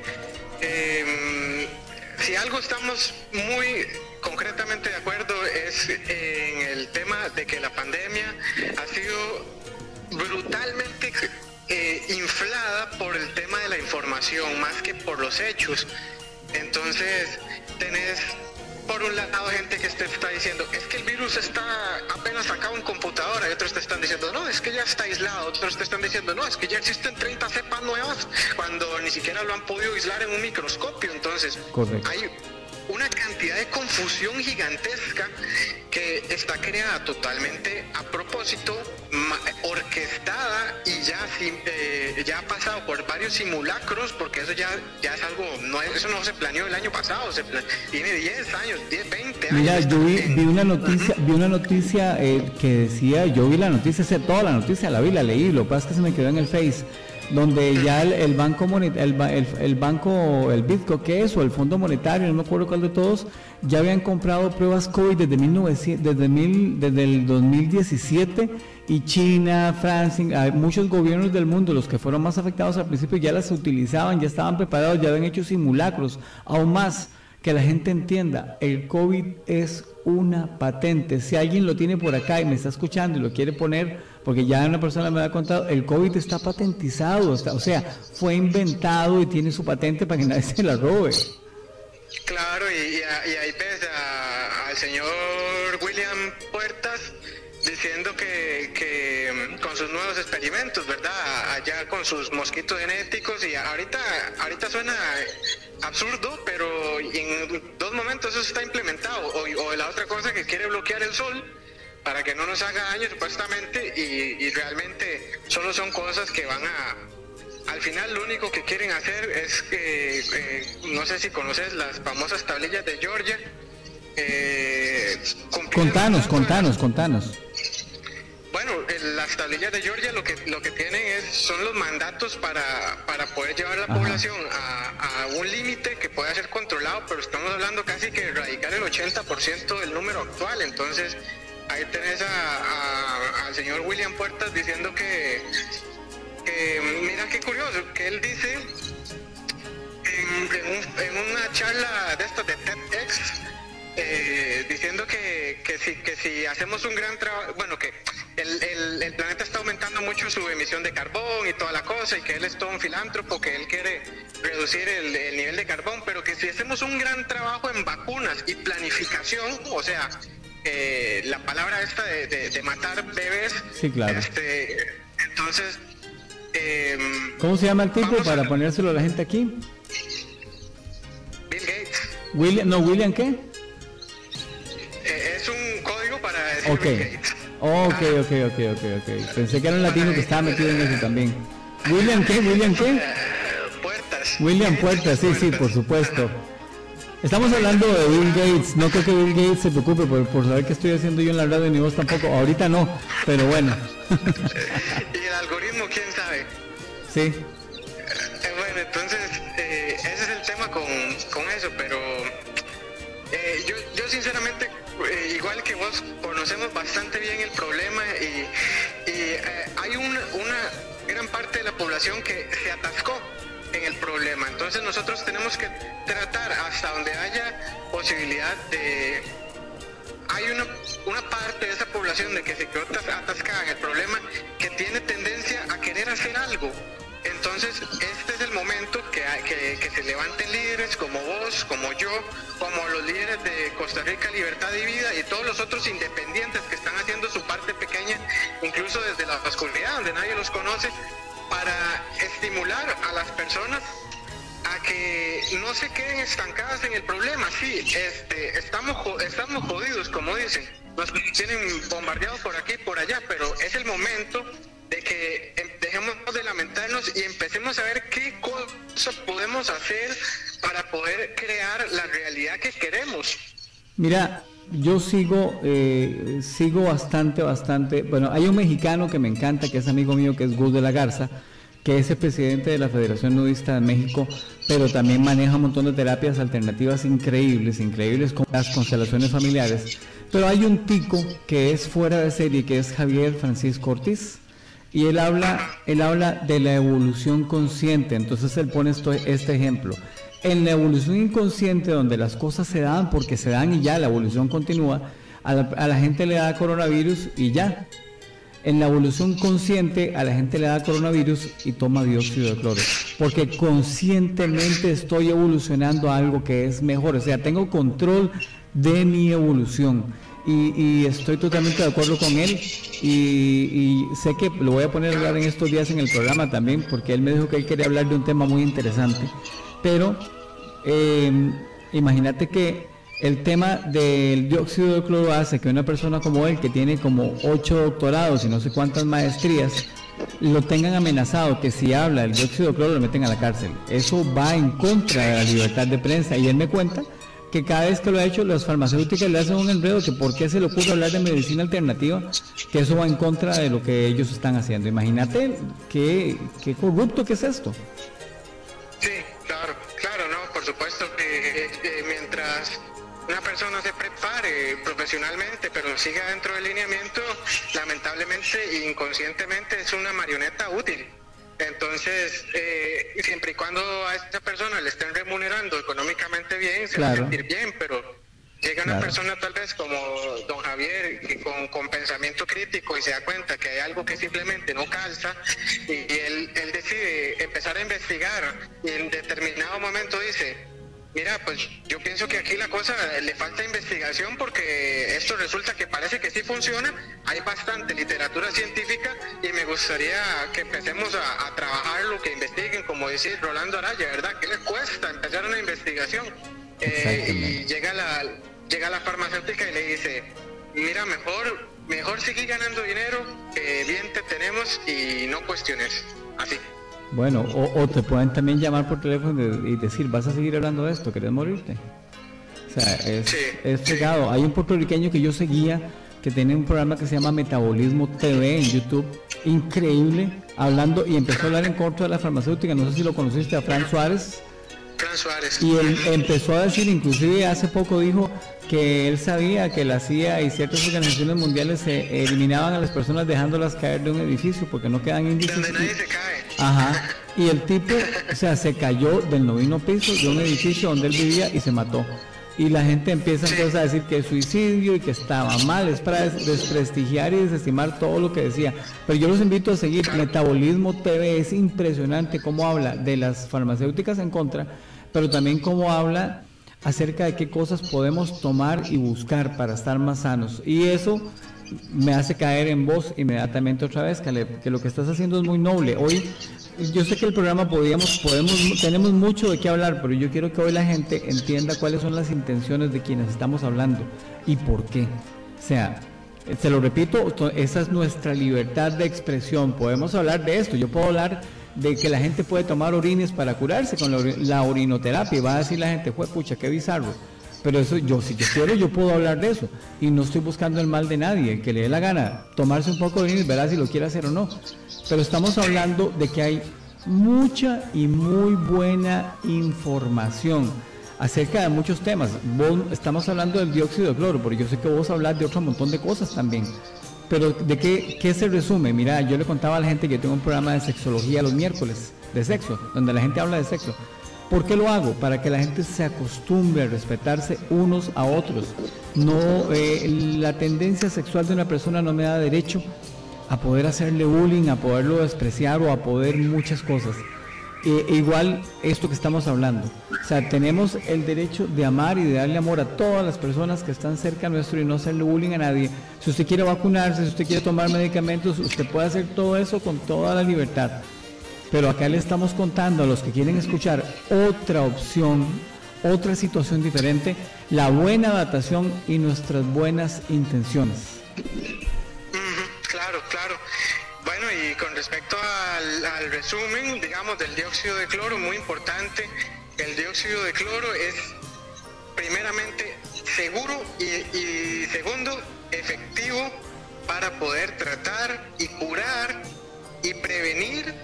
C: si algo estamos muy concretamente de acuerdo es en el tema de que la pandemia ha sido brutalmente inflada por el tema de la información más que por los hechos. Entonces tenés por un lado gente que te está diciendo es que el virus está apenas sacado en computadora, y otros te están diciendo no, es que ya está aislado, otros te están diciendo no, es que ya existen 30 cepas nuevas cuando ni siquiera lo han podido aislar en un microscopio. Entonces hay una cantidad de confusión gigantesca que está creada totalmente a propósito, orquestada, y ya ha pasado por varios simulacros, porque eso ya es algo, eso no se planeó el año pasado, tiene 10 años, 10, 20 años. Mira,
A: yo vi una noticia que decía, yo vi la noticia, toda la noticia la leí, lo que pasa es que se me quedó en el Face, donde ya el banco, el Bitco, ¿qué es? O el Fondo Monetario, no me acuerdo cuál de todos, ya habían comprado pruebas COVID desde el 2017, y China, Francia, muchos gobiernos del mundo, los que fueron más afectados al principio, ya las utilizaban, ya estaban preparados, ya habían hecho simulacros. Aún más, que la gente entienda, el COVID es una patente. Si alguien lo tiene por acá y me está escuchando y lo quiere poner, porque ya una persona me ha contado, el COVID está patentizado, o sea, fue inventado y tiene su patente para que nadie se la robe.
C: Claro, y ahí ves al señor William Puertas diciendo que con sus nuevos experimentos, ¿verdad? Allá con sus mosquitos genéticos, y ahorita suena absurdo, pero en 2 momentos eso está implementado. O la otra cosa, que quiere bloquear el sol para que no nos haga daño supuestamente, y realmente solo son cosas que van al final lo único que quieren hacer es que, no sé si conoces las famosas tablillas de Georgia.
A: Contanos.
C: Bueno, las tablillas de Georgia lo que tienen son los mandatos para poder llevar la población a un límite que pueda ser controlado, pero estamos hablando casi que erradicar el 80% del número actual. Entonces ahí tenés al señor William Puertas diciendo que mira qué curioso, que él dice en una charla de estas de TEDx, diciendo que si hacemos un gran trabajo, bueno, que el planeta está aumentando mucho su emisión de carbón y toda la cosa, y que él es todo un filántropo, que él quiere reducir el nivel de carbón, pero que si hacemos un gran trabajo en vacunas y planificación, o sea, la palabra esta de matar bebés,
A: sí, claro.
C: Entonces,
A: ¿cómo se llama el tipo para ponérselo a la gente aquí?
C: Bill Gates.
A: ¿William qué?
C: Es un código para decir
A: okay.
C: Bill Gates.
A: Ok. Pensé que era un latino que estaba metido en eso también. ¿William qué?
C: Puertas.
A: William Puertas, sí, por supuesto. Estamos hablando de Bill Gates. No creo que Bill Gates se preocupe por saber qué estoy haciendo yo en la radio, ni vos tampoco. Ahorita no, pero bueno.
C: Y el algoritmo, quién sabe.
A: Sí.
C: Bueno, entonces ese es el tema con eso, pero yo sinceramente, igual que vos, conocemos bastante bien el problema, y hay una gran parte de la población que se atascó en el problema. Entonces nosotros tenemos que tratar hasta donde haya posibilidad de... Hay una parte de esa población de que se quedó atascada en el problema, que tiene tendencia a querer hacer algo. Entonces este es el momento que se levanten líderes como vos, como yo, como los líderes de Costa Rica Libertad y Vida, y todos los otros independientes que están haciendo su parte pequeña, incluso desde la oscuridad donde nadie los conoce, para estimular a las personas a que no se queden estancadas en el problema. Sí, estamos jodidos, como dicen, nos tienen bombardeados por aquí y por allá, pero es el momento de que dejemos de lamentarnos y empecemos a ver qué cosas podemos hacer para poder crear la realidad que queremos.
A: Mira, yo sigo bastante, bueno, hay un mexicano que me encanta, que es amigo mío, que es Gus de la Garza, que es el presidente de la Federación Nudista de México, pero también maneja un montón de terapias alternativas increíbles con las constelaciones familiares. Pero hay un tico que es fuera de serie, que es Javier Francisco Ortiz, y él habla de la evolución consciente. Entonces él pone este ejemplo. En la evolución inconsciente, donde las cosas se dan porque se dan y ya, la evolución continúa, a la gente le da coronavirus y ya. En la evolución consciente, a la gente le da coronavirus y toma dióxido de cloro, porque conscientemente estoy evolucionando a algo que es mejor. O sea, tengo control de mi evolución, y estoy totalmente de acuerdo con él, y sé que lo voy a poner a hablar en estos días en el programa también, porque él me dijo que él quería hablar de un tema muy interesante. Pero imagínate que el tema del dióxido de cloro hace que una persona como él, que tiene como 8 doctorados y no sé cuántas maestrías, lo tengan amenazado, que si habla del dióxido de cloro lo meten a la cárcel. Eso va en contra de la libertad de prensa, y él me cuenta que cada vez que lo ha hecho, las farmacéuticas le hacen un enredo, que por qué se le ocurre hablar de medicina alternativa, que eso va en contra de lo que ellos están haciendo. Imagínate qué corrupto que es esto.
C: Sí, claro, no, por supuesto que mientras una persona se prepare profesionalmente, pero siga dentro del lineamiento, lamentablemente e inconscientemente es una marioneta útil. Entonces, siempre y cuando a esta persona le estén remunerando económicamente bien, se va a sentir bien, pero llega una persona tal vez como don Javier, que con pensamiento crítico, y se da cuenta que hay algo que simplemente no calza, y él decide empezar a investigar, y en determinado momento dice: Mira, pues yo pienso que aquí la cosa le falta investigación porque esto resulta que parece que sí funciona, hay bastante literatura científica y me gustaría que empecemos a trabajar lo que investiguen, como dice Rolando Araya, ¿verdad? ¿Qué les cuesta empezar una investigación? Y llega la farmacéutica y le dice, mira, mejor seguir ganando dinero, bien te tenemos y no cuestiones, así.
A: Bueno, o te pueden también llamar por teléfono y decir, vas a seguir hablando de esto, ¿querés morirte? O sea, es fregado. Hay un puertorriqueño que yo seguía, que tiene un programa que se llama Metabolismo TV en YouTube, increíble, hablando, y empezó a hablar en contra de la farmacéutica, no sé si lo conociste, a Fran Suárez.
C: Fran Suárez.
A: Y él empezó a decir, inclusive hace poco dijo que él sabía que la CIA y ciertas organizaciones mundiales se eliminaban a las personas dejándolas caer de un edificio porque no quedan índices.
C: Donde nadie se cae.
A: Ajá. Y el tipo, o sea, se cayó del 9º piso de un edificio donde él vivía y se mató. Y la gente empieza entonces a decir que es suicidio y que estaba mal, es para desprestigiar y desestimar todo lo que decía. Pero yo los invito a seguir Metabolismo TV, es impresionante cómo habla de las farmacéuticas en contra, pero también cómo habla acerca de qué cosas podemos tomar y buscar para estar más sanos. Y eso me hace caer en vos inmediatamente otra vez, Caleb, que lo que estás haciendo es muy noble. Hoy, yo sé que el programa tenemos mucho de qué hablar, pero yo quiero que hoy la gente entienda cuáles son las intenciones de quienes estamos hablando y por qué. O sea, se lo repito, esa es nuestra libertad de expresión. Podemos hablar de esto, yo puedo hablar de que la gente puede tomar orines para curarse con la orinoterapia, y va a decir la gente, pucha, qué bizarro. Pero eso, si yo quiero, yo puedo hablar de eso. Y no estoy buscando el mal de nadie. El que le dé la gana tomarse un poco de orines, verá si lo quiere hacer o no. Pero estamos hablando de que hay mucha y muy buena información acerca de muchos temas. Estamos hablando del dióxido de cloro, porque yo sé que vos hablas de otro montón de cosas también. Pero ¿de qué se resume? Mira, yo le contaba a la gente que tengo un programa de sexología los miércoles, de sexo, donde la gente habla de sexo. ¿Por qué lo hago? Para que la gente se acostumbre a respetarse unos a otros. No, la tendencia sexual de una persona no me da derecho a poder hacerle bullying, a poderlo despreciar o a poder muchas cosas. Igual esto que estamos hablando. O sea, tenemos el derecho de amar y de darle amor a todas las personas que están cerca nuestro y no hacerle bullying a nadie. Si usted quiere vacunarse, si usted quiere tomar medicamentos, usted puede hacer todo eso con toda la libertad. Pero acá le estamos contando a los que quieren escuchar otra opción, otra situación diferente, la buena adaptación y nuestras buenas intenciones.
C: Claro. Bueno, y con respecto al resumen, digamos, del dióxido de cloro, muy importante, el dióxido de cloro es primeramente seguro y segundo, efectivo para poder tratar y curar y prevenir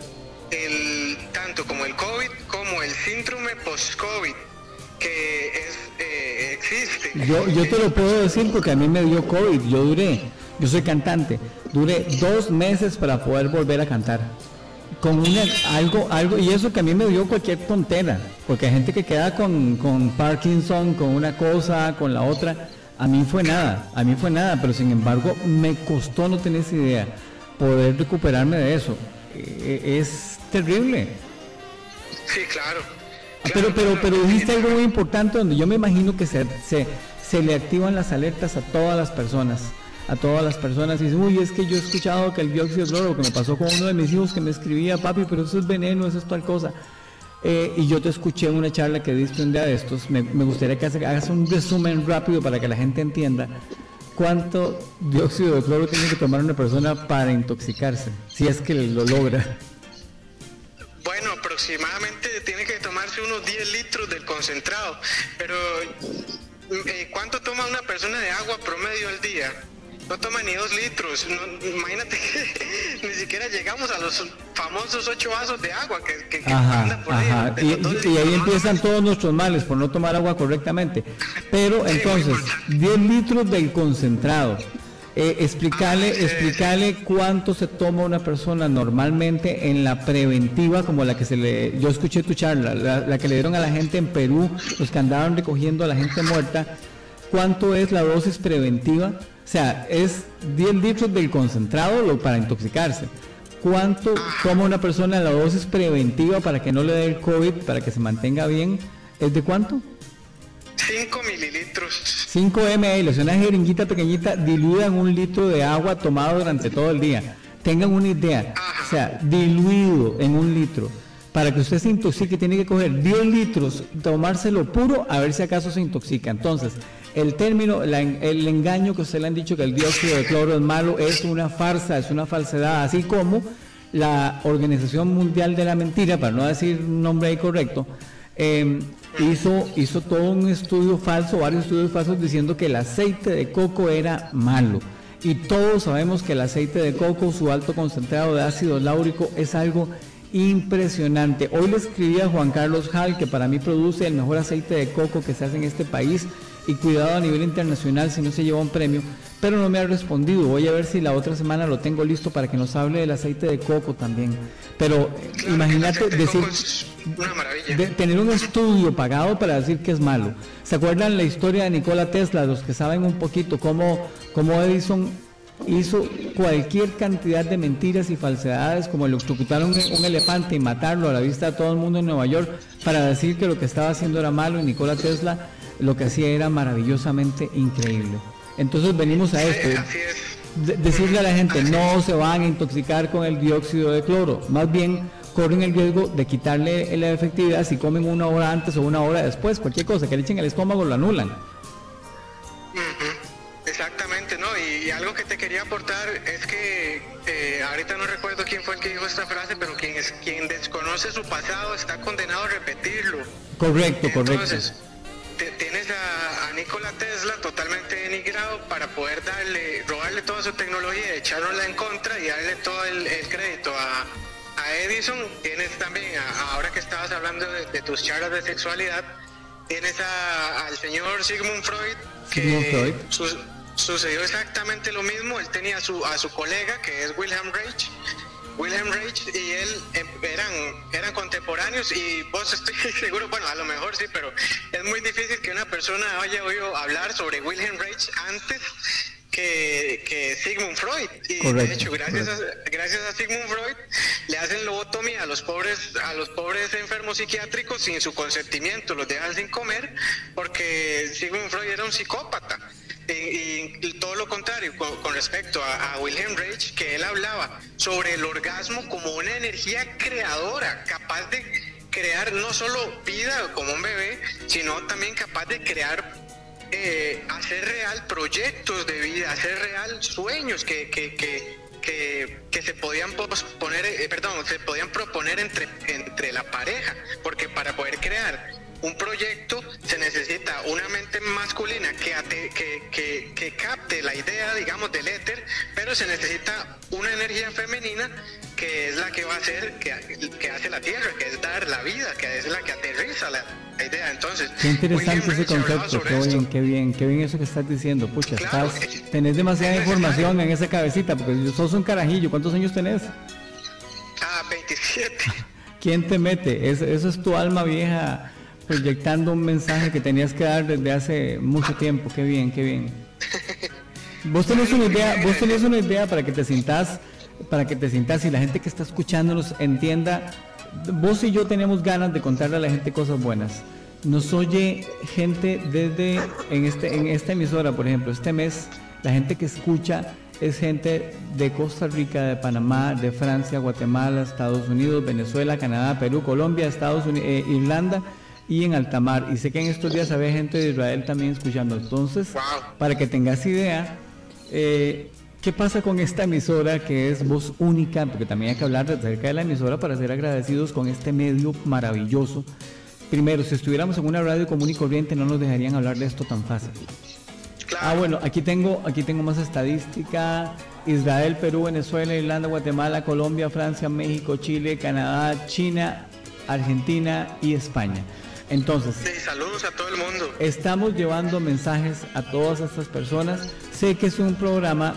C: tanto como el COVID como el síndrome post-COVID que existe.
A: Yo te lo puedo decir porque a mí me dio COVID, yo soy cantante, duré 2 meses para poder volver a cantar. Con algo, y eso que a mí me dio cualquier tontera, porque hay gente que queda con Parkinson, con una cosa, con la otra. A mí fue nada, pero sin embargo me costó, no tenés idea, poder recuperarme de eso. Es terrible.
C: Sí, claro.
A: Pero dijiste algo muy importante donde yo me imagino que se le activan las alertas a todas las personas y dicen, uy, es que yo he escuchado que el dióxido de cloro, que me pasó con uno de mis hijos que me escribía, papi, pero eso es veneno, eso es tal cosa. Y yo te escuché en una charla que diste un día de estos, me gustaría que hagas un resumen rápido para que la gente entienda cuánto dióxido de cloro tiene que tomar una persona para intoxicarse, si es que lo logra.
C: Bueno, aproximadamente tiene que tomarse unos 10 litros del concentrado, pero ¿cuánto toma una persona de agua promedio al día? No toma ni 2 litros, imagínate que ni siquiera llegamos a los famosos 8 vasos de agua que andan por ahí.
A: Y ahí empiezan todos nuestros males por no tomar agua correctamente. Pero entonces, 10 litros del concentrado. Explicarle cuánto se toma una persona normalmente en la preventiva, como la que yo escuché tu charla, la que le dieron a la gente en Perú, los que andaban recogiendo a la gente muerta. ¿Cuánto es la dosis preventiva? O sea, es 10 litros del concentrado para intoxicarse. ¿Cuánto toma una persona en la dosis preventiva para que no le dé el COVID, para que se mantenga bien? ¿Es de cuánto?
C: 5 mililitros.
A: 5 ml, es una jeringuita pequeñita diluida en 1 litro de agua tomado durante todo el día. Tengan una idea, o sea, diluido en 1 litro. Para que usted se intoxique tiene que coger 10 litros, tomárselo puro, a ver si acaso se intoxica. Entonces, el término, el engaño que usted le han dicho que el dióxido de cloro es malo, es una farsa, es una falsedad, así como la Organización Mundial de la Mentira, para no decir un nombre ahí correcto, hizo todo un estudio falso, varios estudios falsos diciendo que el aceite de coco era malo. Y todos sabemos que el aceite de coco, su alto concentrado de ácido láurico, es algo impresionante. Hoy le escribí a Juan Carlos Hall, que para mí produce el mejor aceite de coco que se hace en este país, y cuidado a nivel internacional si no se lleva un premio, pero no me ha respondido. Voy a ver si la otra semana lo tengo listo para que nos hable del aceite de coco también. Pero claro, imagínate decir,
C: una maravilla.
A: Tener un estudio pagado para decir que es malo. ¿Se acuerdan la historia de Nikola Tesla? Los que saben un poquito cómo Edison hizo cualquier cantidad de mentiras y falsedades, como electrocutar un elefante y matarlo a la vista de todo el mundo en Nueva York, para decir que lo que estaba haciendo era malo, y Nikola Tesla lo que hacía era maravillosamente increíble. Entonces venimos a esto, decirle a la gente, no se van a intoxicar con el dióxido de cloro, más bien corren el riesgo de quitarle la efectividad si comen 1 hora antes o 1 hora después. Cualquier cosa que le echen al estómago lo anulan.
C: Exactamente, ¿no? Y algo que te quería aportar es que ahorita no recuerdo quién fue el que dijo esta frase, pero quien desconoce su pasado está condenado a repetirlo.
A: Correcto.
C: Entonces, tienes a Nikola Tesla totalmente denigrado para poder robarle toda su tecnología, echárnosla en contra y darle todo el crédito a Edison. Tienes también, ahora que estabas hablando de tus charlas de sexualidad, tienes al señor Sigmund Freud, que sucedió exactamente lo mismo. Él tenía a su colega, que es Wilhelm Reich, y él eran contemporáneos, y vos estoy seguro, bueno, a lo mejor sí, pero es muy difícil que una persona haya oído hablar sobre Wilhelm Reich antes que Sigmund Freud. Y correcto, de hecho, gracias a Sigmund Freud le hacen lobotomía a los pobres enfermos psiquiátricos sin su consentimiento, los dejan sin comer, porque Sigmund Freud era un psicópata. Y todo lo contrario con respecto a Wilhelm Reich, que él hablaba sobre el orgasmo como una energía creadora, capaz de crear no solo vida como un bebé, sino también capaz de crear, hacer real proyectos de vida, hacer real sueños que se podían proponer entre la pareja, porque para poder crear un proyecto se necesita una mente masculina que capte la idea, digamos, del éter, pero se necesita una energía femenina que es la que va a hacer, que hace la tierra, que es dar la vida, que es la que aterriza la idea. Entonces,
A: qué interesante ese concepto, qué bien eso que estás diciendo. Pucha, claro, tenés demasiada información en esa cabecita, porque sos un carajillo. ¿Cuántos años tenés?
C: 27.
A: ¿Quién te mete? Eso es tu alma vieja proyectando un mensaje que tenías que dar desde hace mucho tiempo. Qué bien. Vos tenés una idea para que te sientas y la gente que está escuchándonos entienda. Vos y yo tenemos ganas de contarle a la gente cosas buenas. Nos oye gente en esta emisora, por ejemplo, este mes, la gente que escucha es gente de Costa Rica, de Panamá, de Francia, Guatemala, Estados Unidos, Venezuela, Canadá, Perú, Colombia, Estados Unidos, Irlanda y en alta mar. Y sé que en estos días había gente de Israel también escuchando. Entonces, para que tengas idea, ¿qué pasa con esta emisora que es Voz Única? Porque también hay que hablar acerca de la emisora para ser agradecidos con este medio maravilloso. Primero, si estuviéramos en una radio común y corriente no nos dejarían hablar de esto tan fácil. Claro. Bueno, aquí tengo más estadística. Israel, Perú, Venezuela, Irlanda, Guatemala, Colombia, Francia, México, Chile, Canadá, China, Argentina y España. Entonces,
C: sí, saludos a todo el mundo.
A: Estamos llevando mensajes a todas estas personas. Sé que es un programa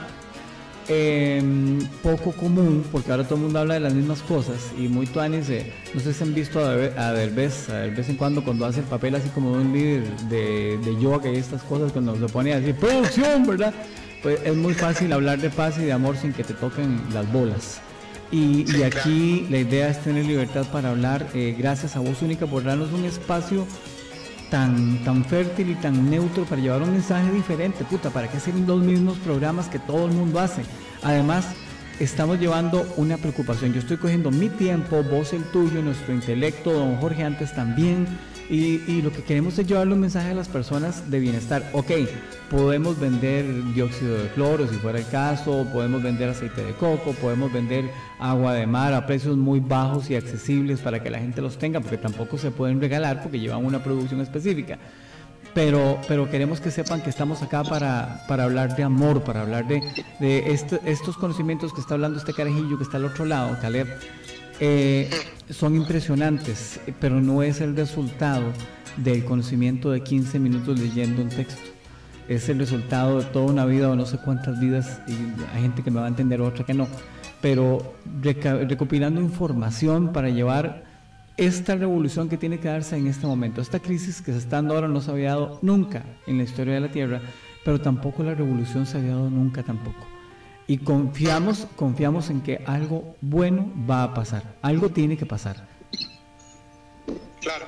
A: poco común, porque ahora todo el mundo habla de las mismas cosas y muy tuanis. No sé si han visto a Derbez en cuando hace el papel así como de un líder de yoga y estas cosas, cuando se pone a decir producción, ¿verdad? Pues es muy fácil hablar de paz y de amor sin que te toquen las bolas. Y aquí la idea es tener libertad para hablar. Gracias a Voz Única por darnos un espacio tan fértil y tan neutro para llevar un mensaje diferente. Puta, ¿para qué hacer los mismos programas que todo el mundo hace? Además, estamos llevando una preocupación. Yo estoy cogiendo mi tiempo, vos el tuyo, nuestro intelecto, don Jorge antes también, y lo que queremos es llevarle un mensaje a las personas de bienestar. Ok, podemos vender dióxido de cloro si fuera el caso, podemos vender aceite de coco, podemos vender agua de mar a precios muy bajos y accesibles para que la gente los tenga, porque tampoco se pueden regalar porque llevan una producción específica. Pero queremos que sepan que estamos acá para hablar de amor, para hablar de estos conocimientos que está hablando este carajillo que está al otro lado, Caleb. Son impresionantes, pero no es el resultado del conocimiento de 15 minutos leyendo un texto. Es el resultado de toda una vida o no sé cuántas vidas, y hay gente que me va a entender, otra que no, pero recopilando información para llevar esta revolución que tiene que darse en este momento. Esta crisis que se está dando ahora no se había dado nunca en la historia de la Tierra, pero tampoco la revolución se había dado nunca tampoco. Y confiamos en que algo bueno va a pasar, algo tiene que pasar.
C: Claro.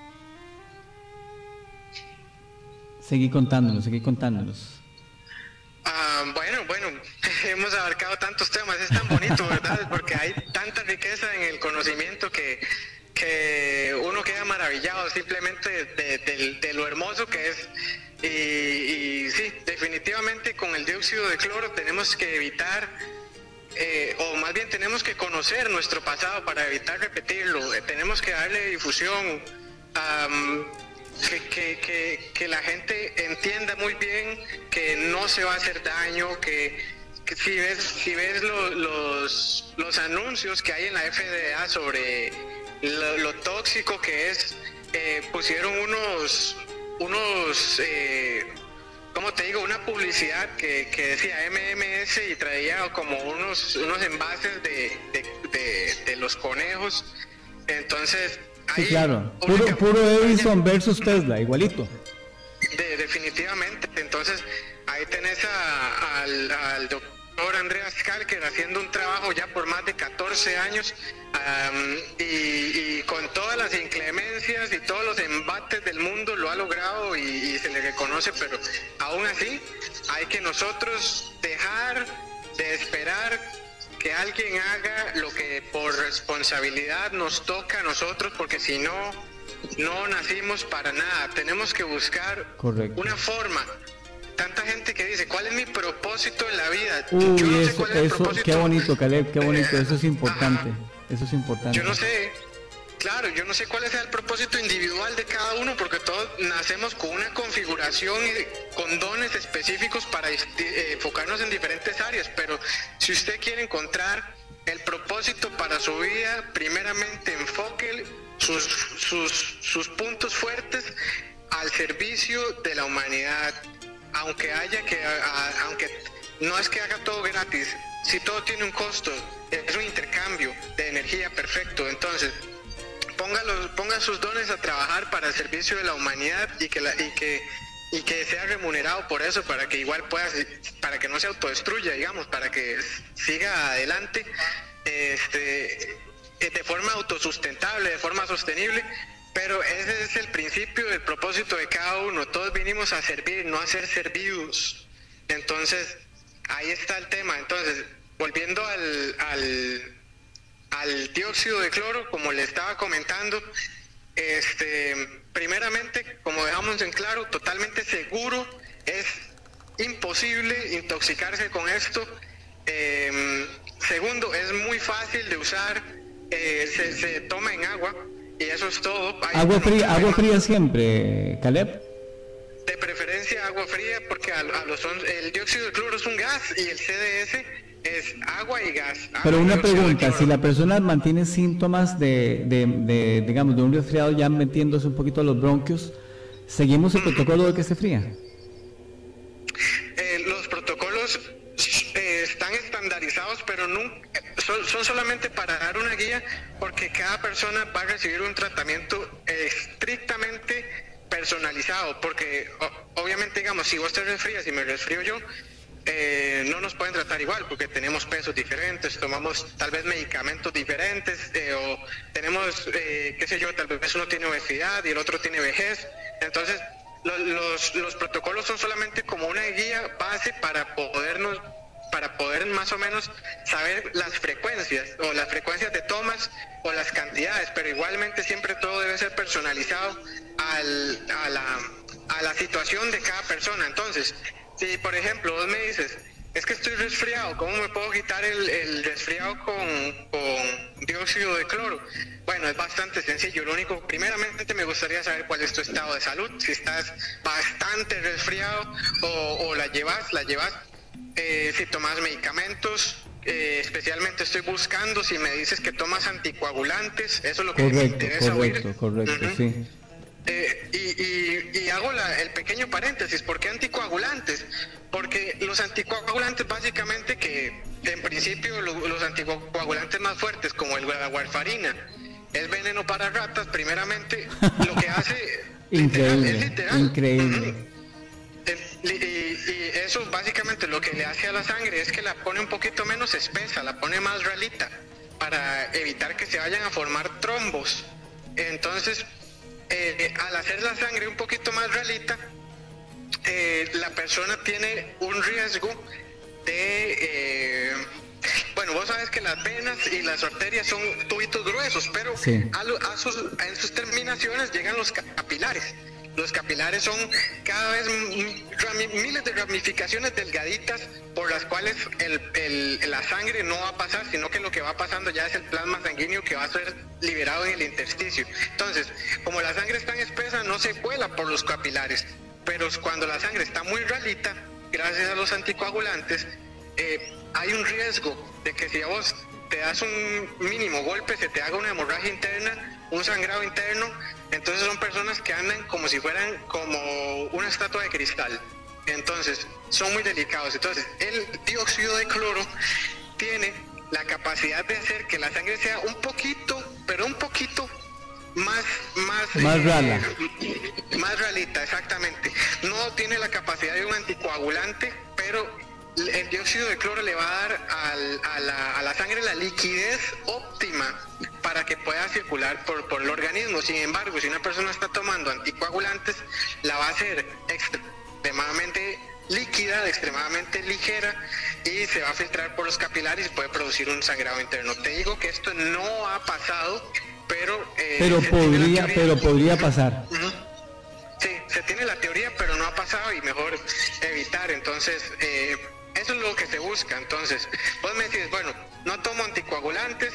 A: Seguí contándonos.
C: Bueno, hemos abarcado tantos temas, es tan bonito, ¿verdad? Porque hay tanta riqueza en el conocimiento que uno queda maravillado simplemente de lo hermoso que es. Y sí, definitivamente con el dióxido de cloro tenemos que evitar, o más bien tenemos que conocer nuestro pasado para evitar repetirlo. Tenemos que darle difusión, que la gente entienda muy bien que no se va a hacer daño, que si ves los anuncios que hay en la FDA sobre lo tóxico que es, pusieron unos ¿cómo te digo? Una publicidad que decía MMS y traía como unos envases de los conejos. Entonces
A: sí, claro, puro Edison versus Tesla, igualito.
C: Definitivamente. Entonces ahí tenés al doctor Andreas Kalker haciendo un trabajo ya por más de 14 años, y con todas las inclemencias y todos los embates del mundo lo ha logrado y se le reconoce, pero aún así hay que nosotros dejar de esperar que alguien haga lo que por responsabilidad nos toca a nosotros, porque si no nacimos para nada. Tenemos que buscar una forma. Tanta gente que dice, ¿cuál es mi propósito en la vida?
A: Yo no sé cuál es el propósito. Qué bonito, Caleb, qué bonito, eso es importante. Eso es importante.
C: Yo no sé, claro, yo no sé cuál es el propósito individual de cada uno, porque todos nacemos con una configuración y con dones específicos para enfocarnos en diferentes áreas, pero si usted quiere encontrar el propósito para su vida, primeramente enfoque sus puntos fuertes al servicio de la humanidad, aunque no es que haga todo gratis, si todo tiene un costo, es un intercambio de energía perfecto. Entonces ponga sus dones a trabajar para el servicio de la humanidad y que sea remunerado por eso, para que igual para que no se autodestruya, digamos, para que siga adelante de forma autosustentable, de forma sostenible. Pero ese es el principio del propósito de cada uno. Todos vinimos a servir, no a ser servidos. Entonces ahí está el tema. Entonces, volviendo al dióxido de cloro, como le estaba comentando, primeramente, como dejamos en claro, totalmente seguro, es imposible intoxicarse con esto. Segundo, es muy fácil de usar, se toma en agua y eso es todo.
A: Agua fría siempre, Caleb.
C: De preferencia agua fría, porque el dióxido de cloro es un gas y el CDS es agua y gas.
A: Pero una pregunta, si la persona mantiene síntomas digamos, de un resfriado ya metiéndose un poquito a los bronquios, ¿seguimos el protocolo de que se fría?
C: Los protocolos están estandarizados, pero son solamente para dar una guía, porque cada persona va a recibir un tratamiento estrictamente personalizado, porque obviamente, digamos, si vos te resfrías y me resfrío yo, no nos pueden tratar igual porque tenemos pesos diferentes, tomamos tal vez medicamentos diferentes, o tenemos, qué sé yo, tal vez uno tiene obesidad y el otro tiene vejez. Entonces los protocolos son solamente como una guía base para poder más o menos saber las frecuencias o las frecuencias de tomas o las cantidades, pero igualmente siempre todo debe ser personalizado a la situación de cada persona. Entonces, si por ejemplo vos me dices, es que estoy resfriado, ¿cómo me puedo quitar el resfriado con dióxido de cloro? Bueno, es bastante sencillo. Lo único, primeramente me gustaría saber cuál es tu estado de salud, si estás bastante resfriado o la llevas, si tomas medicamentos. Especialmente estoy buscando si me dices que tomas anticoagulantes, eso es lo que me interesa oír.
A: Correcto, sí.
C: Y hago el pequeño paréntesis, ¿por qué anticoagulantes? Porque los anticoagulantes básicamente, que en principio los anticoagulantes más fuertes como la warfarina es veneno para ratas, primeramente lo que hace
A: increíble,
C: es literal.
A: Increíble.
C: Y eso básicamente lo que le hace a la sangre es que la pone un poquito menos espesa, la pone más ralita para evitar que se vayan a formar trombos. Entonces, al hacer la sangre un poquito más ralita, la persona tiene un riesgo de... bueno, vos sabes que las venas y las arterias son tubitos gruesos, pero
A: sí,
C: en sus terminaciones llegan los capilares. Los capilares son cada vez miles de ramificaciones delgaditas por las cuales la sangre no va a pasar, sino que lo que va pasando ya es el plasma sanguíneo que va a ser liberado en el intersticio. Entonces, como la sangre es tan espesa, no se cuela por los capilares, pero cuando la sangre está muy ralita, gracias a los anticoagulantes, hay un riesgo de que si a vos te das un mínimo golpe, se te haga una hemorragia interna, un sangrado interno. Entonces son personas que andan como si fueran como una estatua de cristal. Entonces son muy delicados. Entonces el dióxido de cloro tiene la capacidad de hacer que la sangre sea un poquito, pero un poquito más
A: rala.
C: Más ralita, exactamente. No tiene la capacidad de un anticoagulante, pero el dióxido de cloro le va a dar a la sangre la liquidez óptima para que pueda circular por el organismo. Sin embargo, si una persona está tomando anticoagulantes, la va a hacer extremadamente líquida, extremadamente ligera, y se va a filtrar por los capilares y puede producir un sangrado interno. Te digo que esto no ha pasado, pero podría pasar.
A: Uh-huh.
C: Sí, se tiene la teoría, pero no ha pasado y mejor evitar. Entonces, eso es lo que se busca. Entonces, vos me decís, bueno, no tomo anticoagulantes,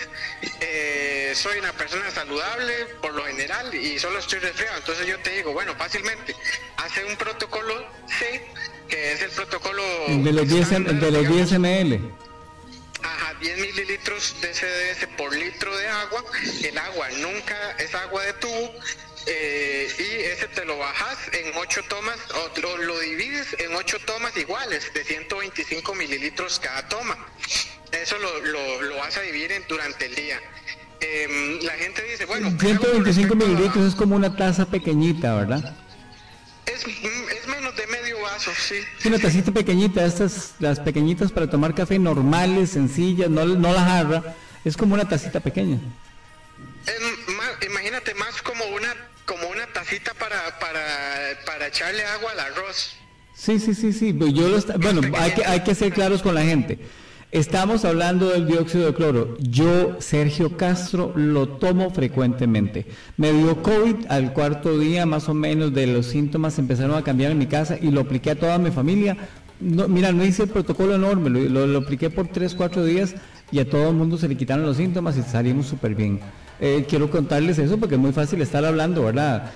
C: soy una persona saludable por lo general y solo estoy resfriado. Entonces yo te digo, bueno, fácilmente, hace un protocolo C, que es el protocolo...
A: de los 10 ml.
C: Ajá, 10 mililitros de CDS por litro de agua. El agua nunca es agua de tubo. Y ese te lo bajas en 8 tomas o lo divides en 8 tomas iguales de 125 mililitros cada toma. Eso lo vas a dividir durante el día. La gente dice, bueno,
A: 125 mililitros es como una taza pequeñita, ¿verdad?
C: Es menos de medio vaso, sí.
A: Es una tacita pequeñita, las pequeñitas para tomar café normales, sencillas, no la jarra, es como una tacita pequeña.
C: Imagínate más como una tacita para echarle agua al arroz.
A: Sí. Bueno, hay que ser claros con la gente. Estamos hablando del dióxido de cloro. Yo, Sergio Castro, lo tomo frecuentemente. Me dio COVID al 4º día, más o menos, de los síntomas empezaron a cambiar en mi casa y lo apliqué a toda mi familia. No hice el protocolo enorme, lo apliqué por 3-4 días y a todo el mundo se le quitaron los síntomas y salimos súper bien. Quiero contarles eso porque es muy fácil estar hablando, ¿verdad?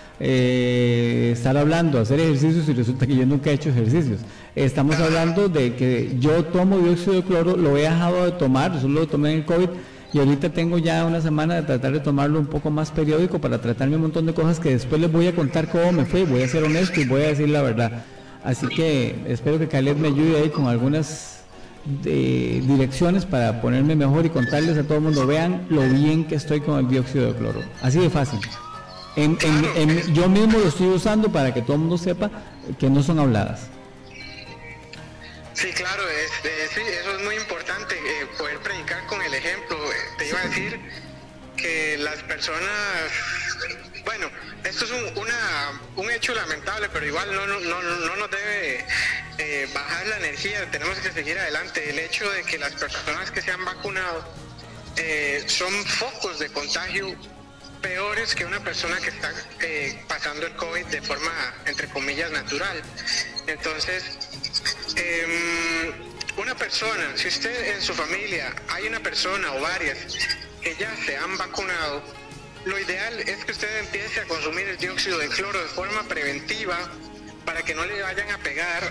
A: Hacer ejercicios y resulta que yo nunca he hecho ejercicios. Estamos hablando de que yo tomo dióxido de cloro, lo he dejado de tomar, solo lo tomé en el COVID y ahorita tengo ya una semana de tratar de tomarlo un poco más periódico para tratarme un montón de cosas que después les voy a contar cómo me fue, voy a ser honesto y voy a decir la verdad. Así que espero que Caleb me ayude ahí con algunas direcciones para ponerme mejor y contarles a todo el mundo, vean lo bien que estoy con el dióxido de cloro, así de fácil. Yo mismo lo estoy usando para que todo el mundo sepa que no son habladas.
C: Sí, claro, sí, eso es muy importante, poder predicar con el ejemplo. Te iba a decir que las personas, bueno, esto es un hecho lamentable, pero igual no nos debe bajar la energía, tenemos que seguir adelante. El hecho de que las personas que se han vacunado son focos de contagio peores que una persona que está pasando el COVID de forma, entre comillas, natural. Entonces, una persona, si usted en su familia hay una persona o varias que ya se han vacunado, lo ideal es que usted empiece a consumir el dióxido de cloro de forma preventiva para que no le vayan a pegar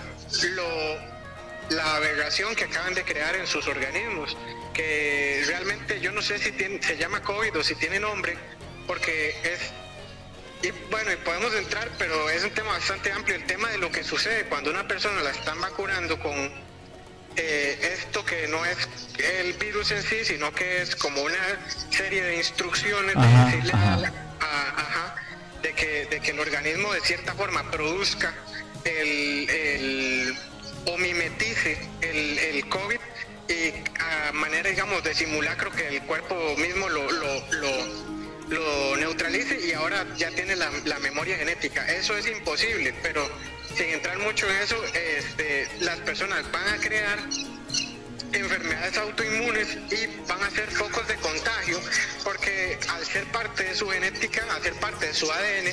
C: la aberración que acaban de crear en sus organismos, que realmente yo no sé si se llama COVID o si tiene nombre, porque y bueno, y podemos entrar, pero es un tema bastante amplio, el tema de lo que sucede cuando una persona la están vacunando con esto que no es el virus en sí, sino que es como una serie de instrucciones de decirle de que el organismo de cierta forma produzca o mimetice el COVID, y a manera, digamos, de simulacro, que el cuerpo mismo lo neutralice y ahora ya tiene la memoria genética. Eso es imposible, pero sin entrar mucho en eso, las personas van a crear enfermedades autoinmunes y van a ser focos de contagio, porque al ser parte de su genética, al ser parte de su ADN,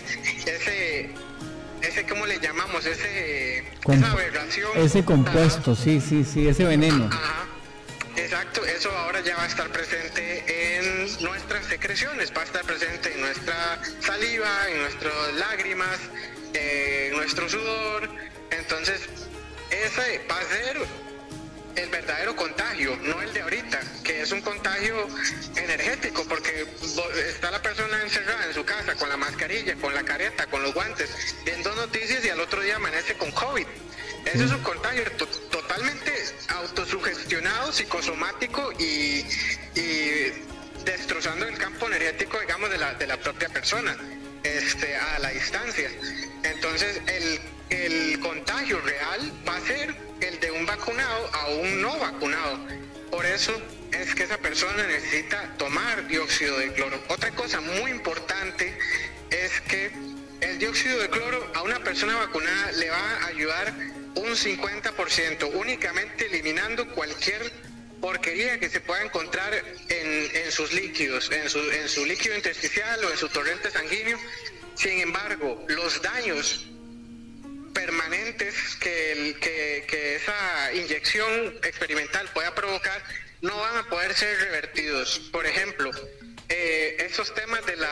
C: ese ¿cómo le llamamos? Esa aberración,
A: ese compuesto, sí, ese veneno.
C: Ajá. Exacto, eso ahora ya va a estar presente en nuestras secreciones, va a estar presente en nuestra saliva, en nuestras lágrimas, en nuestro sudor. Entonces, ese va a ser el verdadero contagio, no el de ahorita, que es un contagio energético, porque está la persona encerrada en su casa con la mascarilla, con la careta, con los guantes, viendo noticias, y al otro día amanece con COVID. Ese es un contagio totalmente autosugestionado, psicosomático y destrozando el campo energético, digamos, de la propia persona, a la distancia. Entonces, el contagio real va a ser el de un vacunado a un no vacunado. Por eso es que esa persona necesita tomar dióxido de cloro. Otra cosa muy importante es que el dióxido de cloro a una persona vacunada le va a ayudar un 50%, únicamente eliminando cualquier porquería que se pueda encontrar en sus líquidos, en su líquido intersticial o en su torrente sanguíneo. Sin embargo, los daños permanentes que esa inyección experimental pueda provocar no van a poder ser revertidos. Por ejemplo, esos temas de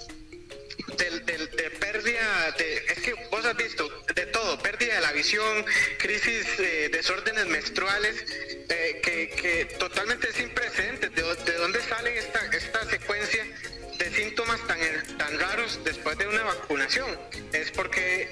C: pérdida es que vos has visto de todo, pérdida de la visión, crisis, desórdenes menstruales, que totalmente sin precedentes. ¿De dónde sale esta secuencia de síntomas tan raros después de una vacunación? Es porque